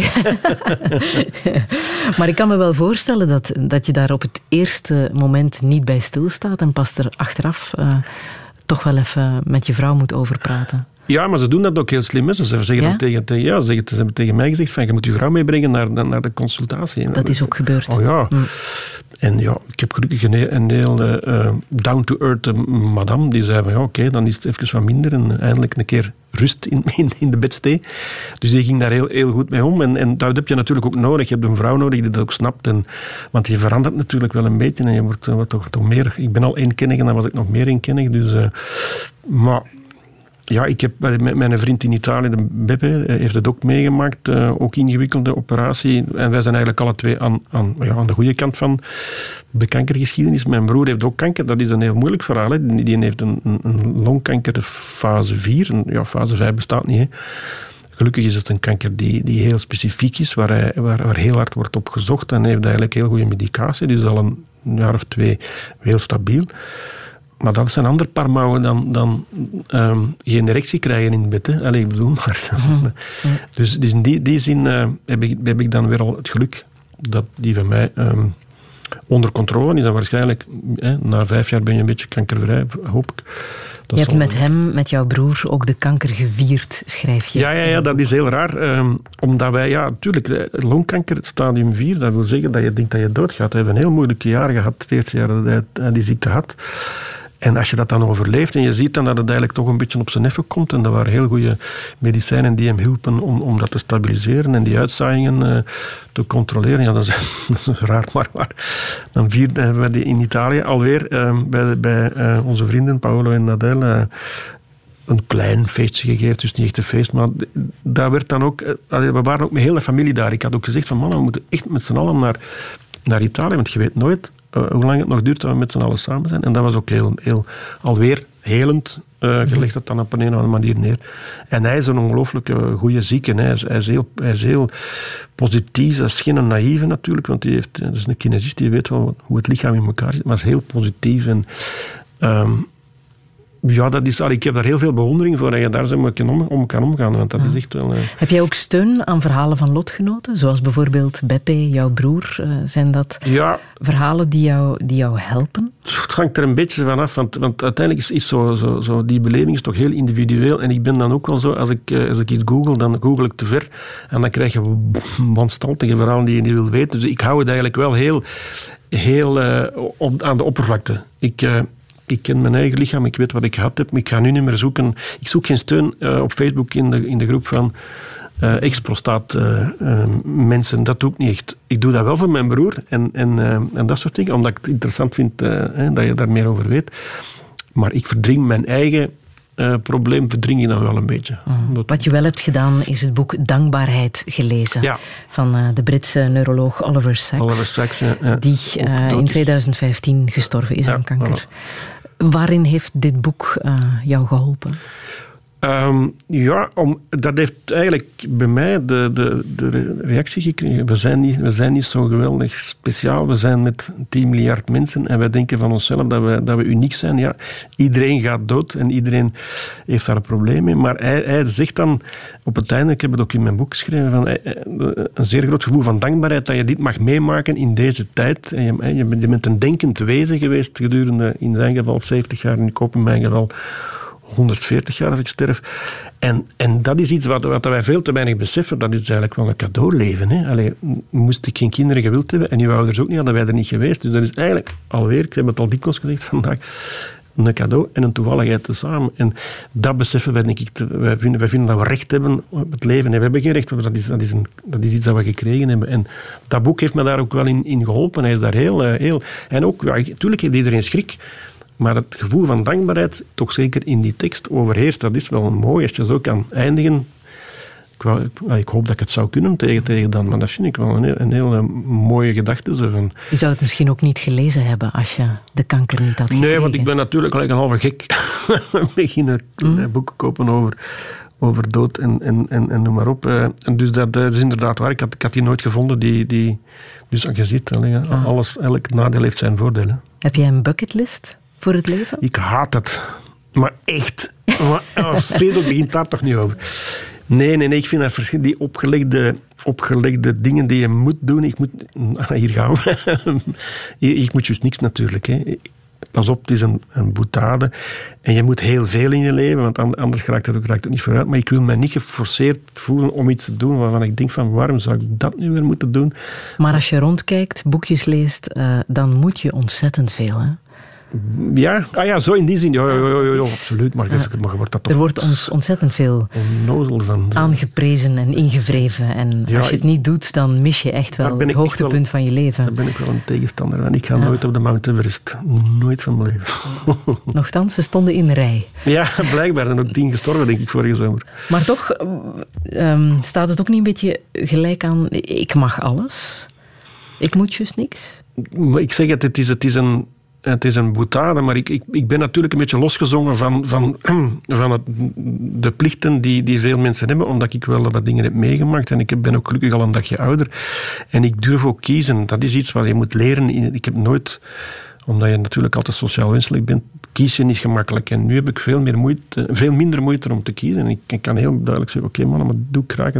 Maar ik kan me wel voorstellen dat je daar op het eerste moment niet bij stilstaat en pas er achteraf toch wel even met je vrouw moet over praten. Ja, maar ze doen dat ook heel slim. Hè. Ze zeggen ze hebben tegen mij gezegd van je moet je vrouw meebrengen naar de consultatie. Dat is ook gebeurd. Oh ja. En ja, ik heb gelukkig een heel down-to-earth madame die zei van ja, oké, dan is het even wat minder en eindelijk een keer rust in de bedstee. Dus die ging daar heel, heel goed mee om. En dat heb je natuurlijk ook nodig. Je hebt een vrouw nodig die dat ook snapt. Want je verandert natuurlijk wel een beetje en je wordt toch meer... Ik ben al eenkennig en dan was ik nog meer eenkennig. Dus, maar... Ja, ik heb met mijn vriend in Italië, de Beppe, heeft het ook meegemaakt. Ook ingewikkelde operatie. En wij zijn eigenlijk alle twee aan de goede kant van de kankergeschiedenis. Mijn broer heeft ook kanker. Dat is een heel moeilijk verhaal. Hè. Die heeft een longkanker fase 4. En, ja, fase 5 bestaat niet. Hè. Gelukkig is het een kanker die heel specifiek is, waar heel hard wordt op gezocht. En heeft eigenlijk heel goede medicatie. Die is al een jaar of 2 heel stabiel. Maar dat is een ander paar mouwen dan geen erectie krijgen in het bed. Hè. Allee, ik bedoel maar. Dus in die zin heb ik dan weer al het geluk dat die van mij onder controle is. En waarschijnlijk na 5 jaar ben je een beetje kankervrij, hoop ik. Je hebt met hem, met jouw broer, ook de kanker gevierd, schrijf je. Ja, dat is heel raar. Omdat wij, natuurlijk, longkanker, stadium 4, dat wil zeggen dat je denkt dat je doodgaat. Hij heeft een heel moeilijke jaar gehad, het eerste jaar dat hij die ziekte had. En als je dat dan overleeft en je ziet dan dat het eigenlijk toch een beetje op zijn neffen komt, en er waren heel goede medicijnen die hem hielpen om dat te stabiliseren en die uitzaaiingen te controleren. Ja, dat is raar, maar dan hebben we in Italië alweer bij onze vrienden Paolo en Nadel een klein feestje gegeven, dus niet echt een feest, maar daar werd dan ook, we waren ook met heel de familie daar. Ik had ook gezegd van man, we moeten echt met z'n allen naar Italië, want je weet nooit hoe lang het nog duurt dat we met z'n allen samen zijn. En dat was ook heel alweer helend. Je legt dat dan op een of andere manier neer. En hij is een ongelooflijke goede zieke. Hij is heel positief. Hij is geen naïeve natuurlijk, want dat is een kinesist, die weet wel hoe het lichaam in elkaar zit, maar hij is heel positief. En ja, ik heb daar heel veel bewondering voor dat je daar zo om kan omgaan. Want dat is echt wel... Heb jij ook steun aan verhalen van lotgenoten? Zoals bijvoorbeeld Beppe, jouw broer. Zijn dat verhalen die jou helpen? Het hangt er een beetje van af. Want uiteindelijk is zo die beleving is toch heel individueel. En ik ben dan ook wel zo, als ik iets google, dan google ik te ver. En dan krijg je wanstaltige verhalen die je niet wil weten. Dus ik hou het eigenlijk wel heel aan de oppervlakte. ik ken mijn eigen lichaam, ik weet wat ik gehad heb, maar ik ga nu niet meer zoeken. Ik zoek geen steun op Facebook in de groep van ex-prostaat mensen. Dat doe ik niet echt. Ik doe dat wel voor mijn broer en dat soort dingen, omdat ik het interessant vind dat je daar meer over weet. Maar ik verdring mijn eigen probleem, verdring je dan wel een beetje. Wat je wel hebt gedaan, is het boek Dankbaarheid gelezen. Van de Britse neuroloog Oliver Sacks. Die in 2015 gestorven is aan kanker. Voilà. Waarin heeft dit boek jou geholpen? Dat heeft eigenlijk bij mij de reactie gekregen. We zijn niet zo geweldig speciaal. We zijn met 10 miljard mensen en wij denken van onszelf dat we uniek zijn. Ja, iedereen gaat dood en iedereen heeft daar een probleem mee. Maar hij zegt dan op het einde, ik heb het ook in mijn boek geschreven, van, een zeer groot gevoel van dankbaarheid dat je dit mag meemaken in deze tijd. En je bent een denkend wezen geweest gedurende, in zijn geval 70 jaar, en ik hoop in mijn geval 140 jaar als ik sterf. En dat is iets wat wij veel te weinig beseffen. Dat is eigenlijk wel een cadeau leven. Hè? Allee, moest ik geen kinderen gewild hebben en uw ouders ook niet, hadden wij er niet geweest. Dus dat is eigenlijk alweer, ik heb het al dikwijls gezegd vandaag, een cadeau en een toevalligheid tezamen. En dat beseffen wij, denk ik. Wij vinden dat we recht hebben op het leven. En we hebben geen recht, dat is iets dat we gekregen hebben. En dat boek heeft me daar ook wel in geholpen. Hij is daar heel... En ook, natuurlijk heeft iedereen schrik. Maar het gevoel van dankbaarheid, toch zeker in die tekst, overheerst. Dat is wel mooi als je zo kan eindigen. Ik hoop dat ik het zou kunnen tegen dan, maar dat vind ik wel een hele mooie gedachte. Zo van. Je zou het misschien ook niet gelezen hebben als je de kanker niet had gekregen. Nee, want ik ben natuurlijk gelijk een halve gek. Beginnen boeken kopen over dood en noem maar op. En dus dat is inderdaad waar. Ik had die nooit gevonden. Dus je ziet, elk nadeel heeft zijn voordelen. Heb jij een bucketlist voor het leven? Ik haat het. Maar echt. Fredo begint daar toch niet over. Nee, ik vind dat verschillend. Die opgelegde dingen die je moet doen. Hier gaan we. Ik moet juist niks natuurlijk. Hè. Pas op, het is een boetade. En je moet heel veel in je leven, want anders raakt het ook niet vooruit. Maar ik wil mij niet geforceerd voelen om iets te doen waarvan ik denk van waarom zou ik dat nu weer moeten doen? Maar als je rondkijkt, boekjes leest, dan moet je ontzettend veel, hè? Ja, zo in die zin. Ja, absoluut. Maar wordt dat toch... Er wordt ons ontzettend veel aangeprezen en ingevreven. En als je het niet doet, dan mis je echt wel het hoogtepunt van je leven. Daar ben ik wel een tegenstander van. Ik ga nooit op de Mount Everest. Nooit van mijn leven. Nochtans, ze stonden in de rij. Ja, blijkbaar. Er zijn ook 10 gestorven, denk ik, vorige zomer. Maar toch staat het ook niet een beetje gelijk aan... Ik mag alles. Ik moet juist niks. Maar ik zeg het is een boetade, maar ik ben natuurlijk een beetje losgezongen van de plichten die veel mensen hebben, omdat ik wel wat dingen heb meegemaakt en ik ben ook gelukkig al een dagje ouder. En ik durf ook kiezen. Dat is iets wat je moet leren. Ik heb nooit, omdat je natuurlijk altijd sociaal wenselijk bent, kies je niet gemakkelijk. En nu heb ik veel minder moeite om te kiezen. En ik kan heel duidelijk zeggen, oké, man, maar dat doe ik graag.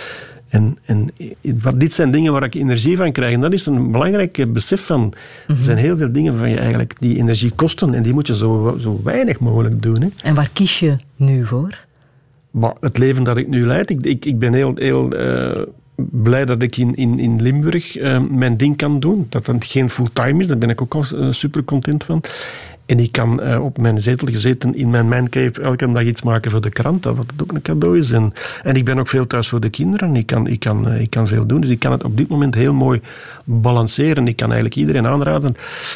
En dit zijn dingen waar ik energie van krijg. En dat is een belangrijk besef van... Er zijn heel veel dingen waarvan je eigenlijk die energie kosten. En die moet je zo weinig mogelijk doen. Hè. En waar kies je nu voor? Het leven dat ik nu leid. Ik ben heel blij dat ik in Limburg mijn ding kan doen. Dat het geen fulltime is. Daar ben ik ook al super content van. En ik kan op mijn zetel gezeten in mijn mancave elke dag iets maken voor de krant, wat ook een cadeau is. En ik ben ook veel thuis voor de kinderen. Ik kan veel doen. Dus ik kan het op dit moment heel mooi balanceren. Ik kan eigenlijk iedereen aanraden,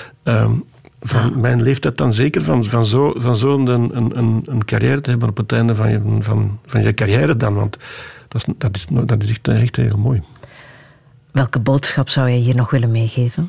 van mijn leeftijd dan zeker, van zo'n een carrière te hebben op het einde van je carrière dan. Want dat is echt heel mooi. Welke boodschap zou je hier nog willen meegeven?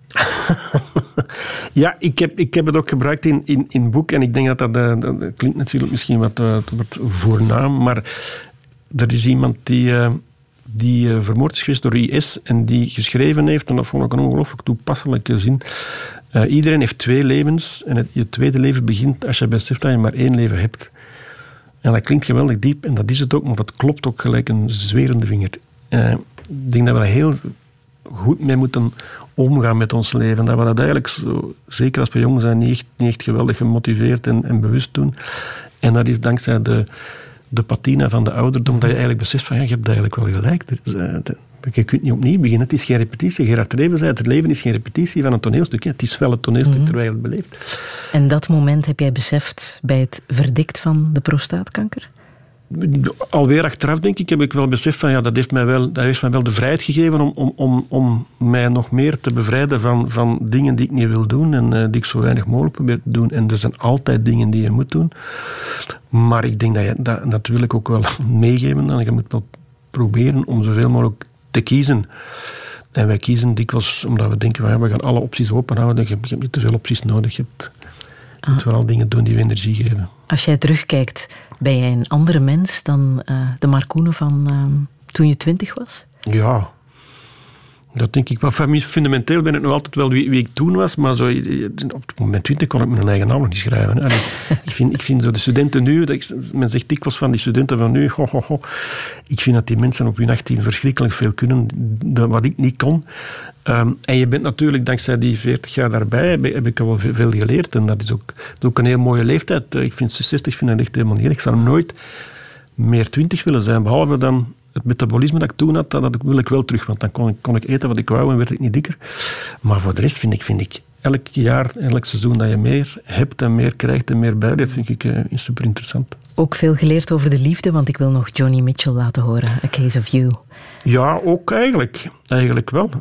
Ja, ik heb het ook gebruikt in het boek en ik denk dat klinkt natuurlijk misschien wat voornaam, maar er is iemand die vermoord is geweest door IS en die geschreven heeft, en dat vond ik een ongelooflijk toepasselijke zin. Iedereen heeft 2 levens en je tweede leven begint als je beseft dat je maar 1 leven hebt. En dat klinkt geweldig diep en dat is het ook, maar dat klopt ook gelijk een zwerende vinger. Ik denk dat we daar heel goed mee moeten omgaan met ons leven. Dat we dat eigenlijk, zeker als we jong zijn, niet echt geweldig gemotiveerd en bewust doen. En dat is dankzij de patina van de ouderdom dat je eigenlijk beseft van, je hebt eigenlijk wel gelijk. Je kunt niet opnieuw beginnen. Het is geen repetitie. Gerard Reven zei, het leven is geen repetitie van een toneelstuk. Het is wel het toneelstuk terwijl je het beleeft. En dat moment heb jij beseft bij het verdict van de prostaatkanker? Alweer achteraf, denk ik, heb ik wel beseft van dat heeft mij wel de vrijheid gegeven om mij nog meer te bevrijden van dingen die ik niet wil doen en die ik zo weinig mogelijk probeer te doen. En er zijn altijd dingen die je moet doen. Maar ik denk dat wil ik ook wel meegeven. Dan. Je moet wel proberen om zoveel mogelijk te kiezen. En wij kiezen dikwijls omdat we denken, we gaan alle opties openhouden. Je hebt niet te veel opties nodig. Je moet vooral dingen doen die je energie geven. Als jij terugkijkt, ben jij een andere mens dan de Marcoene van toen je 20 was? Ja, dat denk ik wel. Fundamenteel ben ik nog altijd wel wie ik toen was, maar zo, op het moment 20 kon ik mijn eigen naam nog niet schrijven. Hè. Ik vind zo de studenten nu, men zegt dikwijls van die studenten van nu, ik vind dat die mensen op hun 18 verschrikkelijk veel kunnen, wat ik niet kon. En je bent natuurlijk, dankzij die 40 jaar daarbij, heb ik al wel veel geleerd. En dat is ook een heel mooie leeftijd. Ik vind 60 vind ik echt helemaal niet erg. Ik zou nooit meer 20 willen zijn, behalve dan het metabolisme dat ik toen had, dat wil ik wel terug. Want dan kon ik eten wat ik wou en werd ik niet dikker. Maar voor de rest vind ik elk jaar, elk seizoen dat je meer hebt en meer krijgt en meer bijleert, vind ik super interessant. Ook veel geleerd over de liefde, want ik wil nog Joni Mitchell laten horen. A Case of You. Ja, ook eigenlijk. Eigenlijk wel.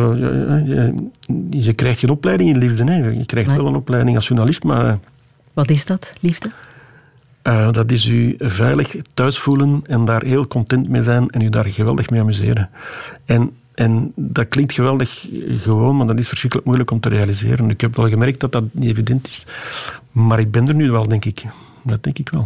Je krijgt geen opleiding in liefde. Hè. Je krijgt wel een opleiding als journalist, maar... Wat is dat, liefde? Dat is u veilig thuis voelen en daar heel content mee zijn en u daar geweldig mee amuseren. En dat klinkt geweldig gewoon, maar dat is verschrikkelijk moeilijk om te realiseren. Ik heb wel gemerkt dat dat niet evident is. Maar ik ben er nu wel, denk ik. Dat denk ik wel.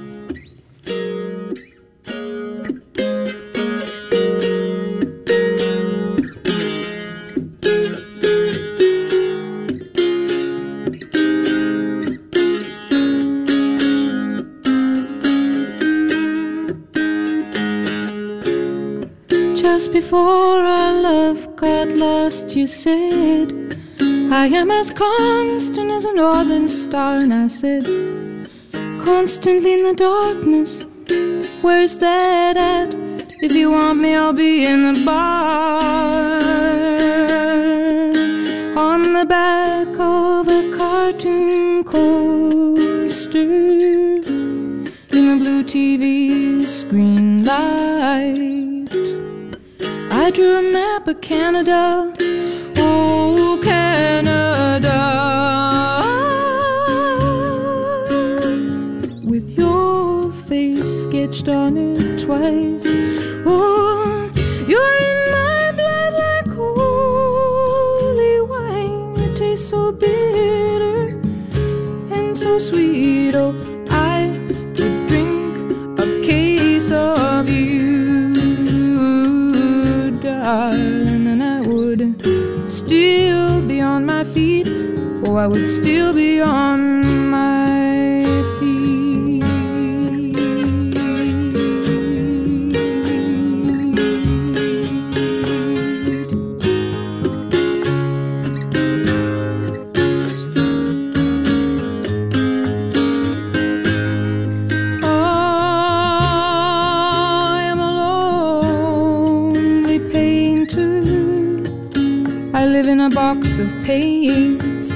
Before our love got lost, you said, I am as constant as a northern star. And I said, constantly in the darkness, where's that at? If you want me, I'll be in the bar, on the back of a cartoon coaster, in the blue TV screen light. I drew a map of Canada, oh Canada, with your face sketched on it twice. Oh, you're in my blood like holy wine. It tastes so bitter and so sweet. Oh, I could drink a case of you, darling, and I would still be on my feet. Oh, I would still be on my feet. In a box of paints,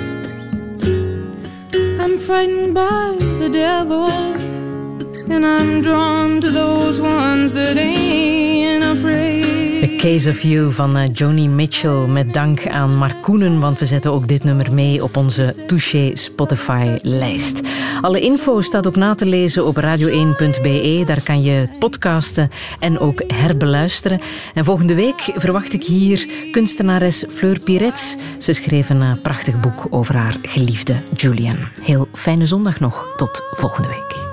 I'm frightened by the devil, and I'm drawn to those ones that ain't afraid. A Case of You van Joni Mitchell, met dank aan Marcoenen, want we zetten ook dit nummer mee op onze Touché Spotify-lijst. Alle info staat ook na te lezen op radio1.be. Daar kan je podcasten en ook herbeluisteren. En volgende week verwacht ik hier kunstenares Fleur Pirets. Ze schreef een prachtig boek over haar geliefde Julian. Heel fijne zondag nog. Tot volgende week.